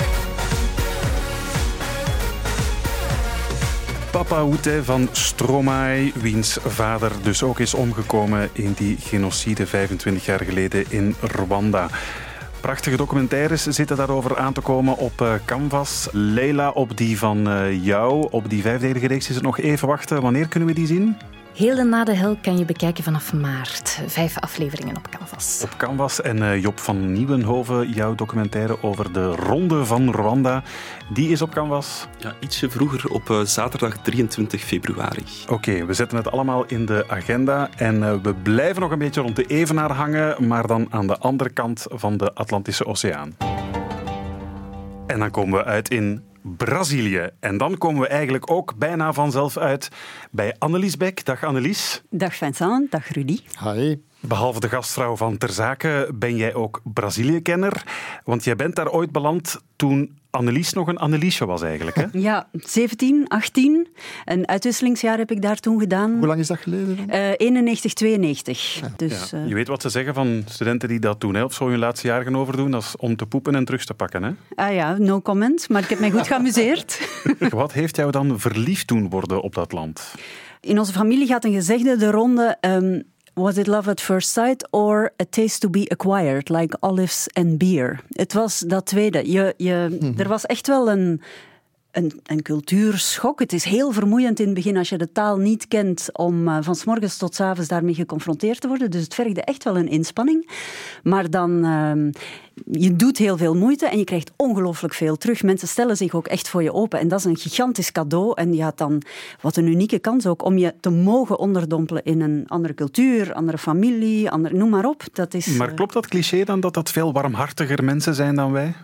Papa Outé van Stromae, wiens vader dus ook is omgekomen in die genocide 25 jaar geleden in Rwanda. Prachtige documentaires zitten daarover aan te komen op Canvas. Leila, op die van jou, op die 5-delige reeks is het nog even wachten. Wanneer kunnen we die zien? Heel de Na de Hel kan je bekijken vanaf maart. 5 afleveringen op Canvas. Op Canvas. En Job van Nieuwenhoven, jouw documentaire over de Ronde van Rwanda, die is op Canvas? Ja, ietsje vroeger, op zaterdag 23 februari. Oké, we zetten het allemaal in de agenda en we blijven nog een beetje rond de Evenaar hangen, maar dan aan de andere kant van de Atlantische Oceaan. En dan komen we uit in Brazilië. En dan komen we eigenlijk ook bijna vanzelf uit bij Annelies Beck. Dag Annelies. Dag Vincent, dag Rudy. Hi. Behalve de gastvrouw van Ter Zake ben jij ook Brazilië-kenner. Want jij bent daar ooit beland toen Annelies nog een Anneliesje was eigenlijk. Hè? Ja, 17, 18. Een uitwisselingsjaar heb ik daar toen gedaan. Hoe lang is dat geleden dan? 91, 92. Ja. Dus, ja. Je weet wat ze zeggen van studenten die dat doen, hè? Of zo hun laatste jaar gaan overdoen. Dat is om te poepen en terug te pakken. Hè? Ah ja, no comment. Maar ik heb mij goed geamuseerd. Wat heeft jou dan verliefd doen worden op dat land? In onze familie gaat een gezegde de ronde... Was it love at first sight or a taste to be acquired, like olives and beer? Het was dat tweede. Er was echt wel een cultuurschok. Het is heel vermoeiend in het begin als je de taal niet kent om van 's morgens tot 's avonds daarmee geconfronteerd te worden. Dus het vergde echt wel een inspanning. Maar dan, je doet heel veel moeite en je krijgt ongelooflijk veel terug. Mensen stellen zich ook echt voor je open. En dat is een gigantisch cadeau. En je had dan wat een unieke kans ook om je te mogen onderdompelen in een andere cultuur, andere familie, noem maar op. Dat is, maar klopt dat cliché dan dat veel warmhartiger mensen zijn dan wij?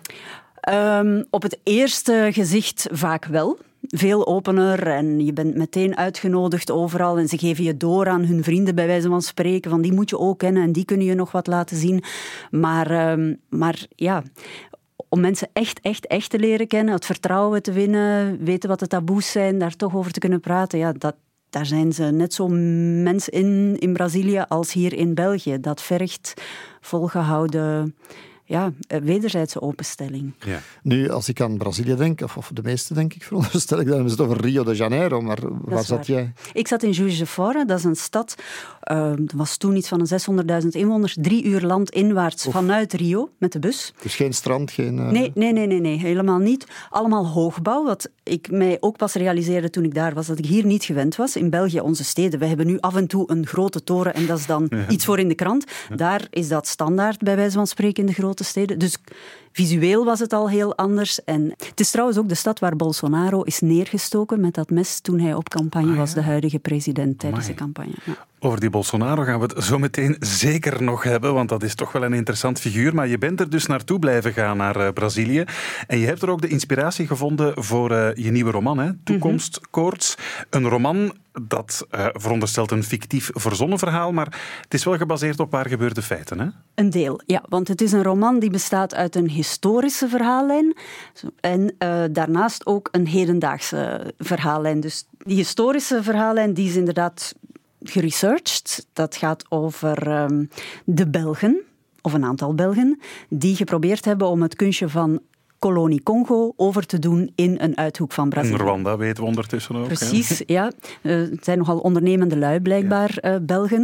Op het eerste gezicht vaak wel. Veel opener en je bent meteen uitgenodigd overal en ze geven je door aan hun vrienden bij wijze van spreken, van die moet je ook kennen en die kunnen je nog wat laten zien. Maar ja, om mensen echt te leren kennen, het vertrouwen te winnen, weten wat de taboes zijn, daar toch over te kunnen praten, ja, daar zijn ze net zo mens in Brazilië als hier in België. Dat vergt volgehouden... Ja, wederzijdse openstelling. Ja. Nu, als ik aan Brazilië denk, of de meeste denk ik, veronderstel ik, dan is het over Rio de Janeiro, maar waar zat jij? Ik zat in Juiz de Fora, dat is een stad, er was toen iets van 600.000 inwoners, 3 uur landinwaarts vanuit Rio, met de bus. Dus geen strand, geen... Nee, helemaal niet. Allemaal hoogbouw, wat ik mij ook pas realiseerde toen ik daar was, dat ik hier niet gewend was. In België, onze steden, we hebben nu af en toe een grote toren en dat is dan iets voor in de krant. Daar is dat standaard, bij wijze van spreken, in de grote steden. Dus visueel was het al heel anders. En het is trouwens ook de stad waar Bolsonaro is neergestoken met dat mes toen hij op campagne was, de huidige president tijdens de campagne. Ja. Over die Bolsonaro gaan we het zo meteen zeker nog hebben, want dat is toch wel een interessant figuur. Maar je bent er dus naartoe blijven gaan, naar Brazilië. En je hebt er ook de inspiratie gevonden voor je nieuwe roman, hè? Toekomstkoorts. Een roman dat veronderstelt een fictief verzonnen verhaal, maar het is wel gebaseerd op waar gebeurde feiten, hè? Een deel, ja. Want het is een roman die bestaat uit een historische verhaallijn en daarnaast ook een hedendaagse verhaallijn. Dus die historische verhaallijn die is inderdaad geresearched. Dat gaat over de Belgen, of een aantal Belgen, die geprobeerd hebben om het kunstje van kolonie Congo over te doen in een uithoek van Brazilië. Rwanda weten we ondertussen ook. Precies, ja. Het zijn nogal ondernemende lui, blijkbaar, Belgen.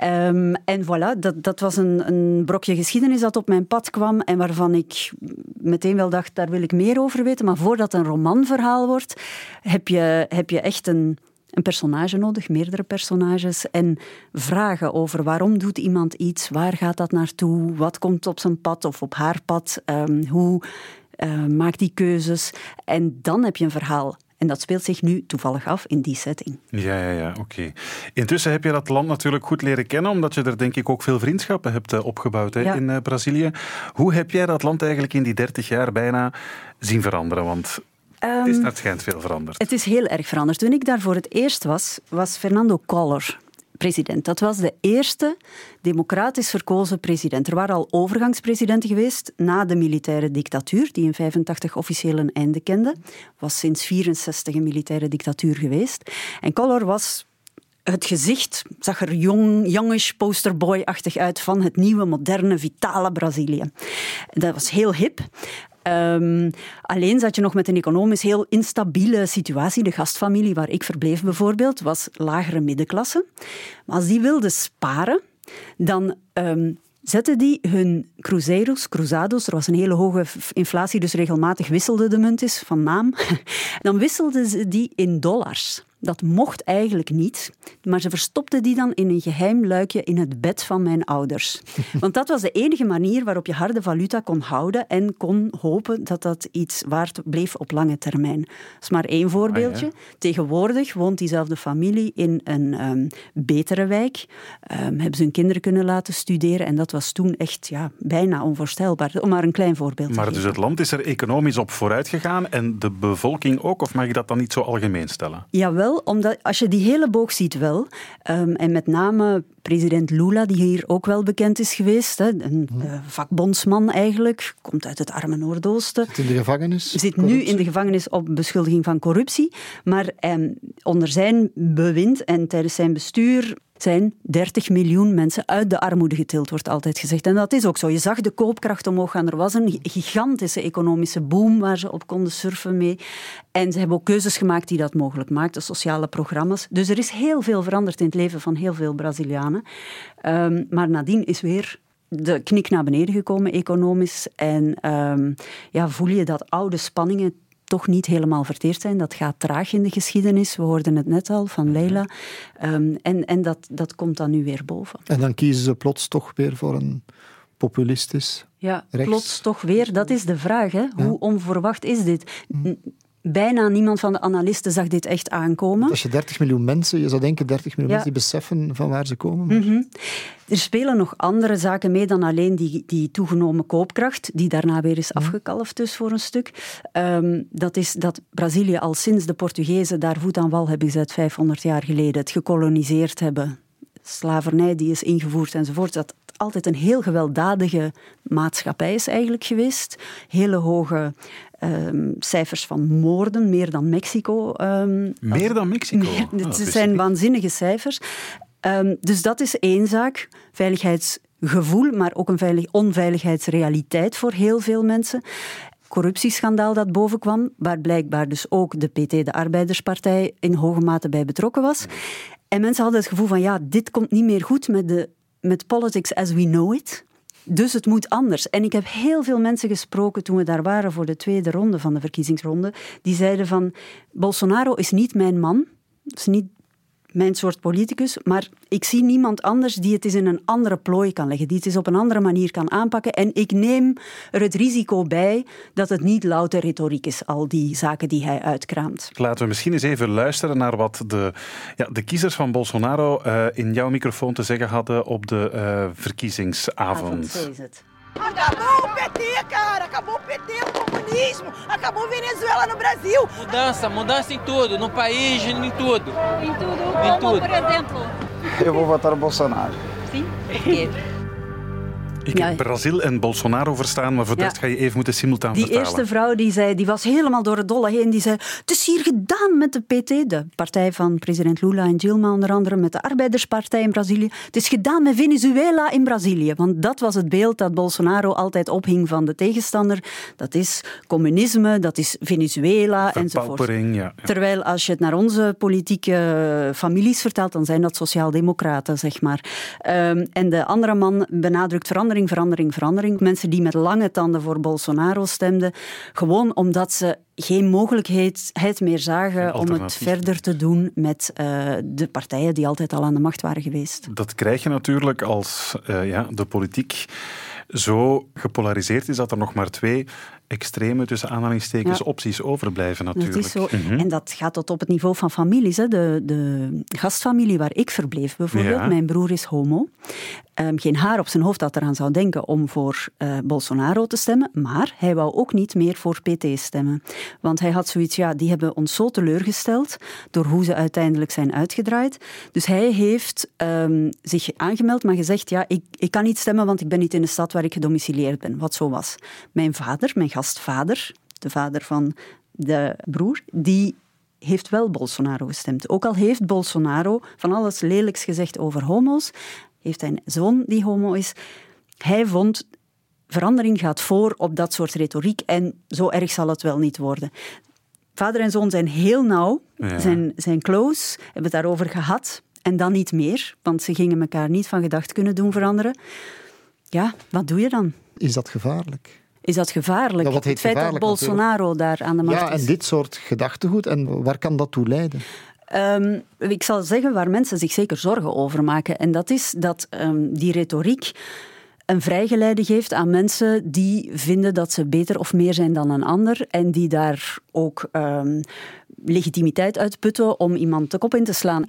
En voilà, dat was een brokje geschiedenis dat op mijn pad kwam en waarvan ik meteen wel dacht, daar wil ik meer over weten. Maar voordat het een romanverhaal wordt, heb je echt een personage nodig, meerdere personages, en vragen over waarom doet iemand iets, waar gaat dat naartoe, wat komt op zijn pad of op haar pad, hoe maakt die keuzes. En dan heb je een verhaal. En dat speelt zich nu toevallig af in die setting. Ja, oké. Intussen heb je dat land natuurlijk goed leren kennen, omdat je er denk ik ook veel vriendschappen hebt opgebouwd in Brazilië. Hoe heb jij dat land eigenlijk in die 30 jaar bijna zien veranderen? Want het is naar het schijnt veel veranderd. Het is heel erg veranderd. Toen ik daar voor het eerst was Fernando Collor president. Dat was de eerste democratisch verkozen president. Er waren al overgangspresidenten geweest na de militaire dictatuur, die in 1985 officieel een einde kende. Was sinds 1964 een militaire dictatuur geweest. En Collor was het gezicht, zag er jongish, posterboy-achtig uit van het nieuwe, moderne, vitale Brazilië. Dat was heel hip. Alleen zat je nog met een economisch heel instabiele situatie. De gastfamilie waar ik verbleef bijvoorbeeld was lagere middenklasse. Maar als die wilden sparen, dan zetten die hun cruzados, er was een hele hoge inflatie, dus regelmatig wisselde de munt eens van naam, dan wisselden ze die in dollars. Dat mocht eigenlijk niet, maar ze verstopte die dan in een geheim luikje in het bed van mijn ouders. Want dat was de enige manier waarop je harde valuta kon houden en kon hopen dat dat iets waard bleef op lange termijn. Dat is maar één voorbeeldje. Tegenwoordig woont diezelfde familie in een betere wijk. Hebben ze hun kinderen kunnen laten studeren en dat was toen echt bijna onvoorstelbaar. Om maar een klein voorbeeld te geven. Dus het land is er economisch op vooruit gegaan en de bevolking ook, of mag je dat dan niet zo algemeen stellen? Jawel, omdat als je die hele boog ziet wel, en met name president Lula, die hier ook wel bekend is geweest, een vakbondsman eigenlijk, komt uit het arme Noordoosten. Zit in de gevangenis. Zit nu in de gevangenis op beschuldiging van corruptie, maar onder zijn bewind en tijdens zijn bestuur zijn 30 miljoen mensen uit de armoede getild, wordt altijd gezegd. En dat is ook zo. Je zag de koopkracht omhoog gaan. Er was een gigantische economische boom waar ze op konden surfen mee. En ze hebben ook keuzes gemaakt die dat mogelijk maakten, sociale programma's. Dus er is heel veel veranderd in het leven van heel veel Brazilianen. Maar nadien is weer de knik naar beneden gekomen, economisch. En voel je dat oude spanningen toch niet helemaal verteerd zijn. Dat gaat traag in de geschiedenis. We hoorden het net al van Leila. En dat komt dan nu weer boven. En dan kiezen ze plots toch weer voor een populistisch rechts. Plots toch weer. Dat is de vraag. Hè? Hoe onverwacht is dit? Bijna niemand van de analisten zag dit echt aankomen. Als je 30 miljoen mensen, je zou denken 30 miljoen mensen die beseffen van waar ze komen. Maar... Mm-hmm. Er spelen nog andere zaken mee dan alleen die toegenomen koopkracht, die daarna weer is afgekalfd dus voor een stuk. Dat is dat Brazilië al sinds de Portugezen daar voet aan wal hebben gezet 500 jaar geleden, het gekoloniseerd hebben. Slavernij die is ingevoerd enzovoort. Dat altijd een heel gewelddadige maatschappij is eigenlijk geweest. Hele hoge cijfers van moorden, meer dan Mexico. Meer dan Mexico? Het zijn waanzinnige cijfers. Dus dat is één zaak. Veiligheidsgevoel, maar ook een onveiligheidsrealiteit voor heel veel mensen. Corruptieschandaal dat bovenkwam, waar blijkbaar dus ook de PT, de Arbeiderspartij, in hoge mate bij betrokken was. En mensen hadden het gevoel van, dit komt niet meer goed met politics as we know it. Dus het moet anders. En ik heb heel veel mensen gesproken toen we daar waren voor de tweede ronde van de verkiezingsronde. Die zeiden van, Bolsonaro is niet mijn man. Het is niet mijn soort politicus, maar ik zie niemand anders die het eens in een andere plooi kan leggen, die het eens op een andere manier kan aanpakken. En ik neem er het risico bij dat het niet louter retoriek is, al die zaken die hij uitkraamt. Laten we misschien eens even luisteren naar wat de kiezers van Bolsonaro in jouw microfoon te zeggen hadden op de verkiezingsavond. Zo is het. Acabou o PT, cara! Acabou o PT, o comunismo! Acabou Venezuela no Brasil! Mudança em tudo, no país, em tudo. Em tudo, como por exemplo? Eu vou votar no Bolsonaro. Sim, por quê? Ik heb Brazil en Bolsonaro verstaan, maar voor de rest ga je even moeten simultaan vertalen. Die eerste vrouw die was helemaal door het dolle heen. Die zei, het is hier gedaan met de PT, de partij van president Lula en Dilma onder andere, met de Arbeiderspartij in Brazilië. Het is gedaan met Venezuela in Brazilië. Want dat was het beeld dat Bolsonaro altijd ophing van de tegenstander. Dat is communisme, dat is Venezuela enzovoort. Ja. Terwijl als je het naar onze politieke families vertaalt, dan zijn dat sociaaldemocraten, zeg maar. En de andere man benadrukt verandering. Mensen die met lange tanden voor Bolsonaro stemden, gewoon omdat ze geen mogelijkheid meer zagen om het verder te doen met de partijen die altijd al aan de macht waren geweest. Dat krijg je natuurlijk als de politiek zo gepolariseerd is dat er nog maar twee extreme, tussen aanhalingstekens, opties overblijven natuurlijk. Dat is zo. En dat gaat tot op het niveau van families. Hè. De gastfamilie waar ik verbleef bijvoorbeeld, mijn broer is homo. Geen haar op zijn hoofd dat eraan zou denken om voor Bolsonaro te stemmen, maar hij wou ook niet meer voor PT stemmen. Want hij had zoiets, die hebben ons zo teleurgesteld door hoe ze uiteindelijk zijn uitgedraaid. Dus hij heeft zich aangemeld, maar gezegd, ik kan niet stemmen, want ik ben niet in de stad waar ik gedomicileerd ben, wat zo was. Mijn gastvader, de vader van de broer, die heeft wel Bolsonaro gestemd. Ook al heeft Bolsonaro van alles lelijks gezegd over homo's, heeft hij een zoon die homo is. Hij vond, verandering gaat voor op dat soort retoriek en zo erg zal het wel niet worden. Vader en zoon zijn heel nauw, zijn close, hebben het daarover gehad en dan niet meer, want ze gingen elkaar niet van gedacht kunnen doen veranderen. Ja, wat doe je dan? Is dat gevaarlijk? Is dat gevaarlijk? Het feit dat Bolsonaro daar aan de macht is. Ja, en dit soort gedachtegoed, en waar kan dat toe leiden? Ik zal zeggen waar mensen zich zeker zorgen over maken. En dat is dat die retoriek een vrijgeleide geeft aan mensen die vinden dat ze beter of meer zijn dan een ander en die daar ook legitimiteit uitputten om iemand de kop in te slaan.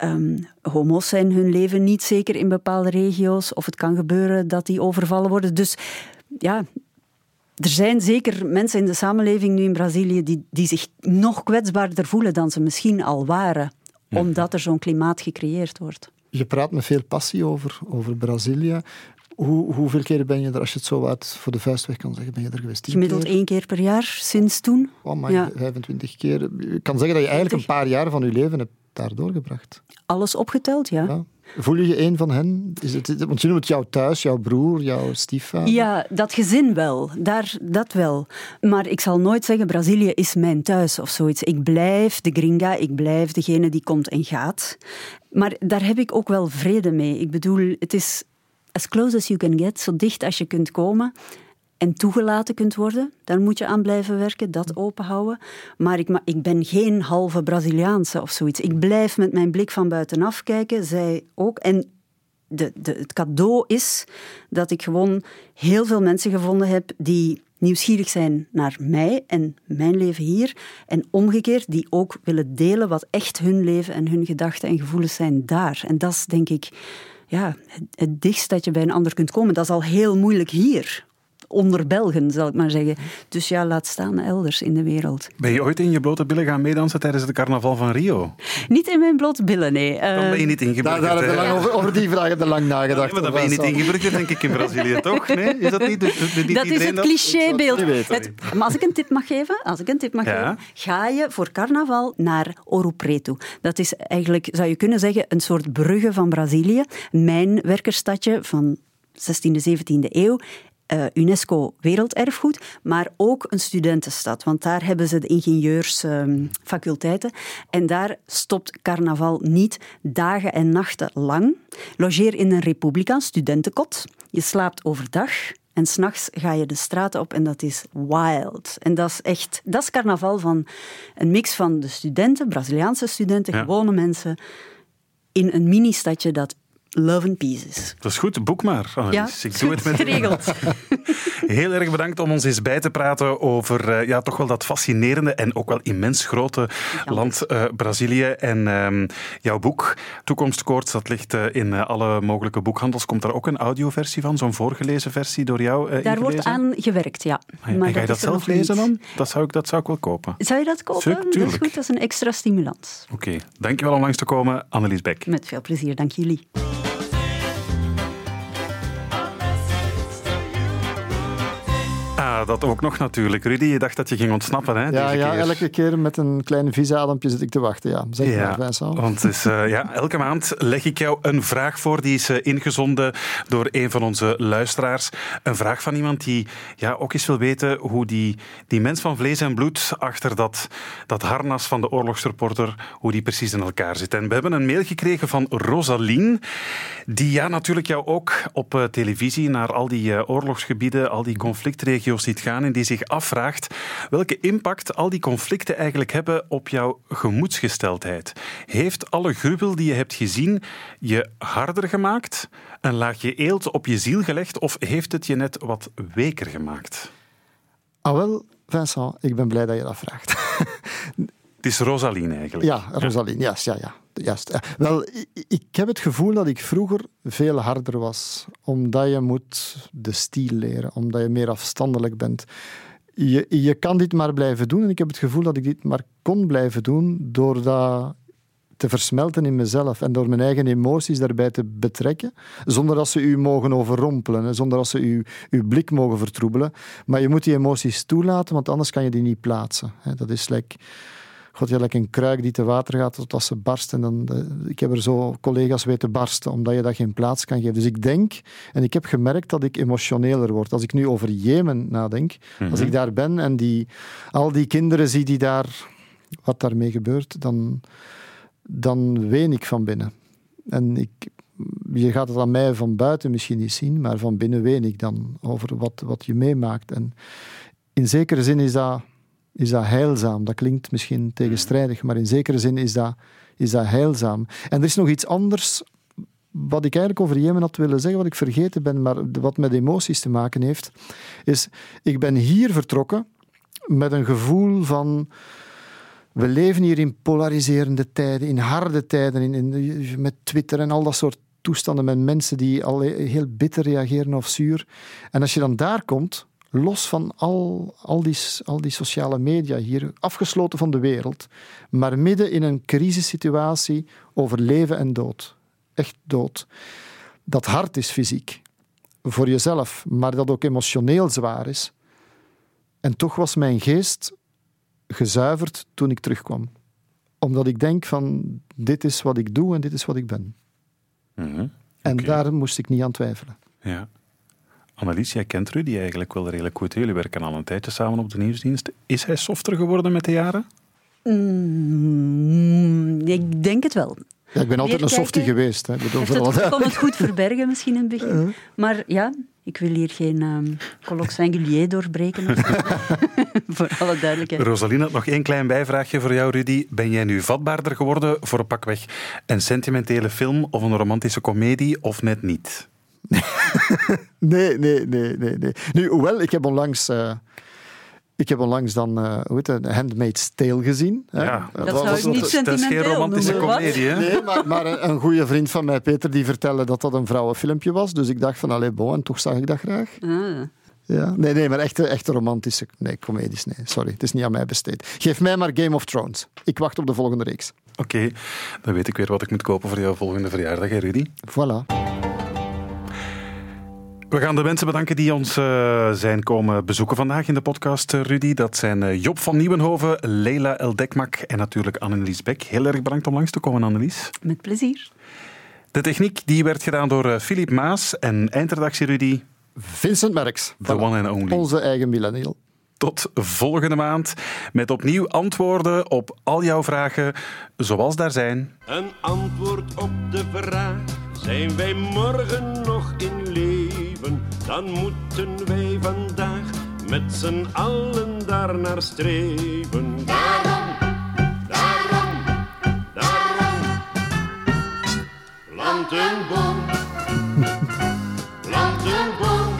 Homo's zijn hun leven niet zeker in bepaalde regio's of het kan gebeuren dat die overvallen worden. Dus ja, er zijn zeker mensen in de samenleving nu in Brazilië die zich nog kwetsbaarder voelen dan ze misschien al waren, omdat er zo'n klimaat gecreëerd wordt. Je praat met veel passie over Brazilië. Hoeveel keren ben je er, als je het zo uit voor de vuist weg kan zeggen, ben je er geweest? 10 Gemiddeld keer? 1 keer per jaar, sinds toen. Oh man, 25 keer. Ik kan zeggen dat je eigenlijk een paar jaar van je leven hebt daar doorgebracht. Alles opgeteld, ja. Voel je je een van hen? Want je noemt het jouw thuis, jouw broer, jouw stiefvader. Ja, dat gezin wel. Dat wel. Maar ik zal nooit zeggen, Brazilië is mijn thuis of zoiets. Ik blijf de gringa, ik blijf degene die komt en gaat. Maar daar heb ik ook wel vrede mee. Ik bedoel, het is as close as you can get, zo dicht als je kunt komen en toegelaten kunt worden. Daar moet je aan blijven werken, dat openhouden. Maar ik ben geen halve Braziliaanse of zoiets. Ik blijf met mijn blik van buitenaf kijken, zij ook. En het cadeau is dat ik gewoon heel veel mensen gevonden heb die nieuwsgierig zijn naar mij en mijn leven hier. En omgekeerd, die ook willen delen wat echt hun leven en hun gedachten en gevoelens zijn daar. En dat is, denk ik, ja, het dichtst dat je bij een ander kunt komen. Dat is al heel moeilijk hier. Onder Belgen, zal ik maar zeggen. Dus ja, laat staan elders in de wereld. Ben je ooit in je blote billen gaan meedansen tijdens de carnaval van Rio? Niet in mijn blote billen, nee. Dan ben je niet ingeburgerd. Daar heb je lang over die vraag heb je lang nagedacht. Ja, maar dan ben je niet ingeburgerd, denk ik, in Brazilië, toch? Nee? Is dat niet? Dat is het clichébeeld. Maar als ik een tip mag geven, ga je voor carnaval naar Ouro Preto. Dat is eigenlijk, zou je kunnen zeggen, een soort Brugge van Brazilië. Mijn werkerstadje van 16e, 17e eeuw. UNESCO werelderfgoed, maar ook een studentenstad. Want daar hebben ze de ingenieursfaculteiten. En daar stopt carnaval niet dagen en nachten lang. Logeer in een Republica, studentenkot. Je slaapt overdag. En 's nachts ga je de straten op en dat is wild. En dat is carnaval van een mix van de studenten, Braziliaanse studenten, gewone mensen, in een mini-stadje dat love and peace is. Dat is goed, boek maar. Ja, ik doe het met geregeld. Heel erg bedankt om ons eens bij te praten over toch wel dat fascinerende en ook wel immens grote land Brazilië. En jouw boek, Toekomstkoorts, dat ligt in alle mogelijke boekhandels. Komt daar ook een audioversie van, zo'n voorgelezen versie door jou ingelezen? Daar wordt aan gewerkt, ja. Maar en ga je dat zelf lezen dan? Dat zou ik wel kopen. Zou je dat kopen? Dat is goed, dat is een extra stimulans. Oké, dankjewel om langs te komen, Annelies Beck. Met veel plezier, dank jullie. Dat ook nog natuurlijk. Rudy, je dacht dat je ging ontsnappen, hè? Ja, deze keer. Elke keer met een klein visadempje zit ik te wachten. Ja. Zeg maar, Vincent. Want het is, elke maand leg ik jou een vraag voor. Die is ingezonden door een van onze luisteraars. Een vraag van iemand die ook eens wil weten hoe die mens van vlees en bloed achter dat harnas van de oorlogsreporter, hoe die precies in elkaar zit. En we hebben een mail gekregen van Rosaline, die natuurlijk jou ook op televisie naar al die oorlogsgebieden, al die conflictregio's ziet gaan en die zich afvraagt welke impact al die conflicten eigenlijk hebben op jouw gemoedsgesteldheid. Heeft alle gruwel die je hebt gezien je harder gemaakt, een laagje eelt op je ziel gelegd of heeft het je net wat weker gemaakt? Wel, Vincent, ik ben blij dat je dat vraagt. Het is Rosaline eigenlijk. Ja, Rosaline, juist. Wel, ik heb het gevoel dat ik vroeger veel harder was. Omdat je moet de stiel leren, omdat je meer afstandelijk bent. Je kan dit maar blijven doen en ik heb het gevoel dat ik dit maar kon blijven doen door dat te versmelten in mezelf en door mijn eigen emoties daarbij te betrekken, zonder dat ze u mogen overrompelen, zonder dat ze uw blik mogen vertroebelen. Maar je moet die emoties toelaten, want anders kan je die niet plaatsen. Dat is like een kruik die te water gaat totdat ze barst. En ik heb er zo collega's weten barsten, omdat je dat geen plaats kan geven. Dus ik denk, en ik heb gemerkt dat ik emotioneler word. Als ik nu over Jemen nadenk, als ik daar ben en al die kinderen zie die daar, wat daarmee gebeurt, dan ween ik van binnen. En je gaat het aan mij van buiten misschien niet zien, maar van binnen ween ik dan over wat je meemaakt. En in zekere zin is dat is dat heilzaam. Dat klinkt misschien tegenstrijdig, maar in zekere zin is dat heilzaam. En er is nog iets anders wat ik eigenlijk over Jemen had willen zeggen, wat ik vergeten ben, maar wat met emoties te maken heeft, is, ik ben hier vertrokken met een gevoel van, we leven hier in polariserende tijden, in harde tijden, met Twitter en al dat soort toestanden, met mensen die al heel bitter reageren of zuur. En als je dan daar komt, los van al die sociale media hier, afgesloten van de wereld, maar midden in een crisissituatie over leven en dood. Echt dood. Dat hard is fysiek. Voor jezelf, maar dat ook emotioneel zwaar is. En toch was mijn geest gezuiverd toen ik terugkwam. Omdat ik denk van, dit is wat ik doe en dit is wat ik ben. Mm-hmm. En daar moest ik niet aan twijfelen. Ja. Annelies, jij kent Rudy eigenlijk wel redelijk goed. Jullie werken al een tijdje samen op de nieuwsdienst. Is hij softer geworden met de jaren? Ik denk het wel. Ja, ik ben altijd een softie geweest. Hè. Ik kon het goed verbergen misschien in het begin. Maar ja, ik wil hier geen colloque singulier doorbreken. Voor alle duidelijkheid. Rosaline had nog 1 klein bijvraagje voor jou, Rudy. Ben jij nu vatbaarder geworden voor pakweg een sentimentele film of een romantische komedie, of net niet? Nee. Nu, hoewel, ik heb onlangs dan Handmaid's Tale gezien. Ja, dat zou ik niet sentimenteel. Dat is geen romantische komedie, hè? Nee, maar een goede vriend van mij, Peter, die vertelde dat een vrouwenfilmpje was. Dus ik dacht van, allee, bon, en toch zag ik dat graag. Ja. Nee, maar echte romantische comedies, nee. Sorry, het is niet aan mij besteed. Geef mij maar Game of Thrones. Ik wacht op de volgende reeks. Oké, dan weet ik weer wat ik moet kopen voor jouw volgende verjaardag, hè, Rudy? Voilà. We gaan de mensen bedanken die ons zijn komen bezoeken vandaag in de podcast, Rudy. Dat zijn Job van Nieuwenhoven, Leila Eldekmak en natuurlijk Annelies Beck. Heel erg bedankt om langs te komen, Annelies. Met plezier. De techniek die werd gedaan door Filip Maas en eindredactie, Rudy. Vincent Merks. The one and only. Onze eigen millennial. Tot volgende maand met opnieuw antwoorden op al jouw vragen zoals daar zijn. Een antwoord op de vraag: zijn wij morgen nog in leven? Dan moeten wij vandaag met z'n allen daarnaar streven. Daarom, plant een boom. Plant een boom.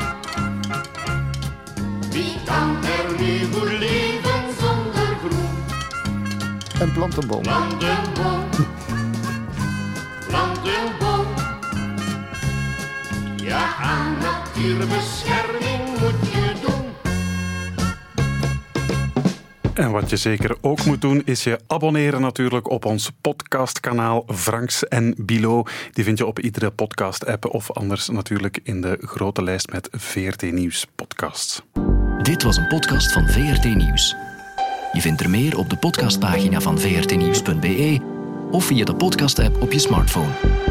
Wie kan er nu goed leven zonder groen? En plant een boom. Plant een boom. Plant een boom. Ja, aan natuurbescherming moet je doen. En wat je zeker ook moet doen, is je abonneren natuurlijk op ons podcastkanaal Franks en Bilo. Die vind je op iedere podcast-app of anders natuurlijk in de grote lijst met VRT Nieuws podcasts. Dit was een podcast van VRT Nieuws. Je vindt er meer op de podcastpagina van vrtnieuws.be of via de podcast-app op je smartphone.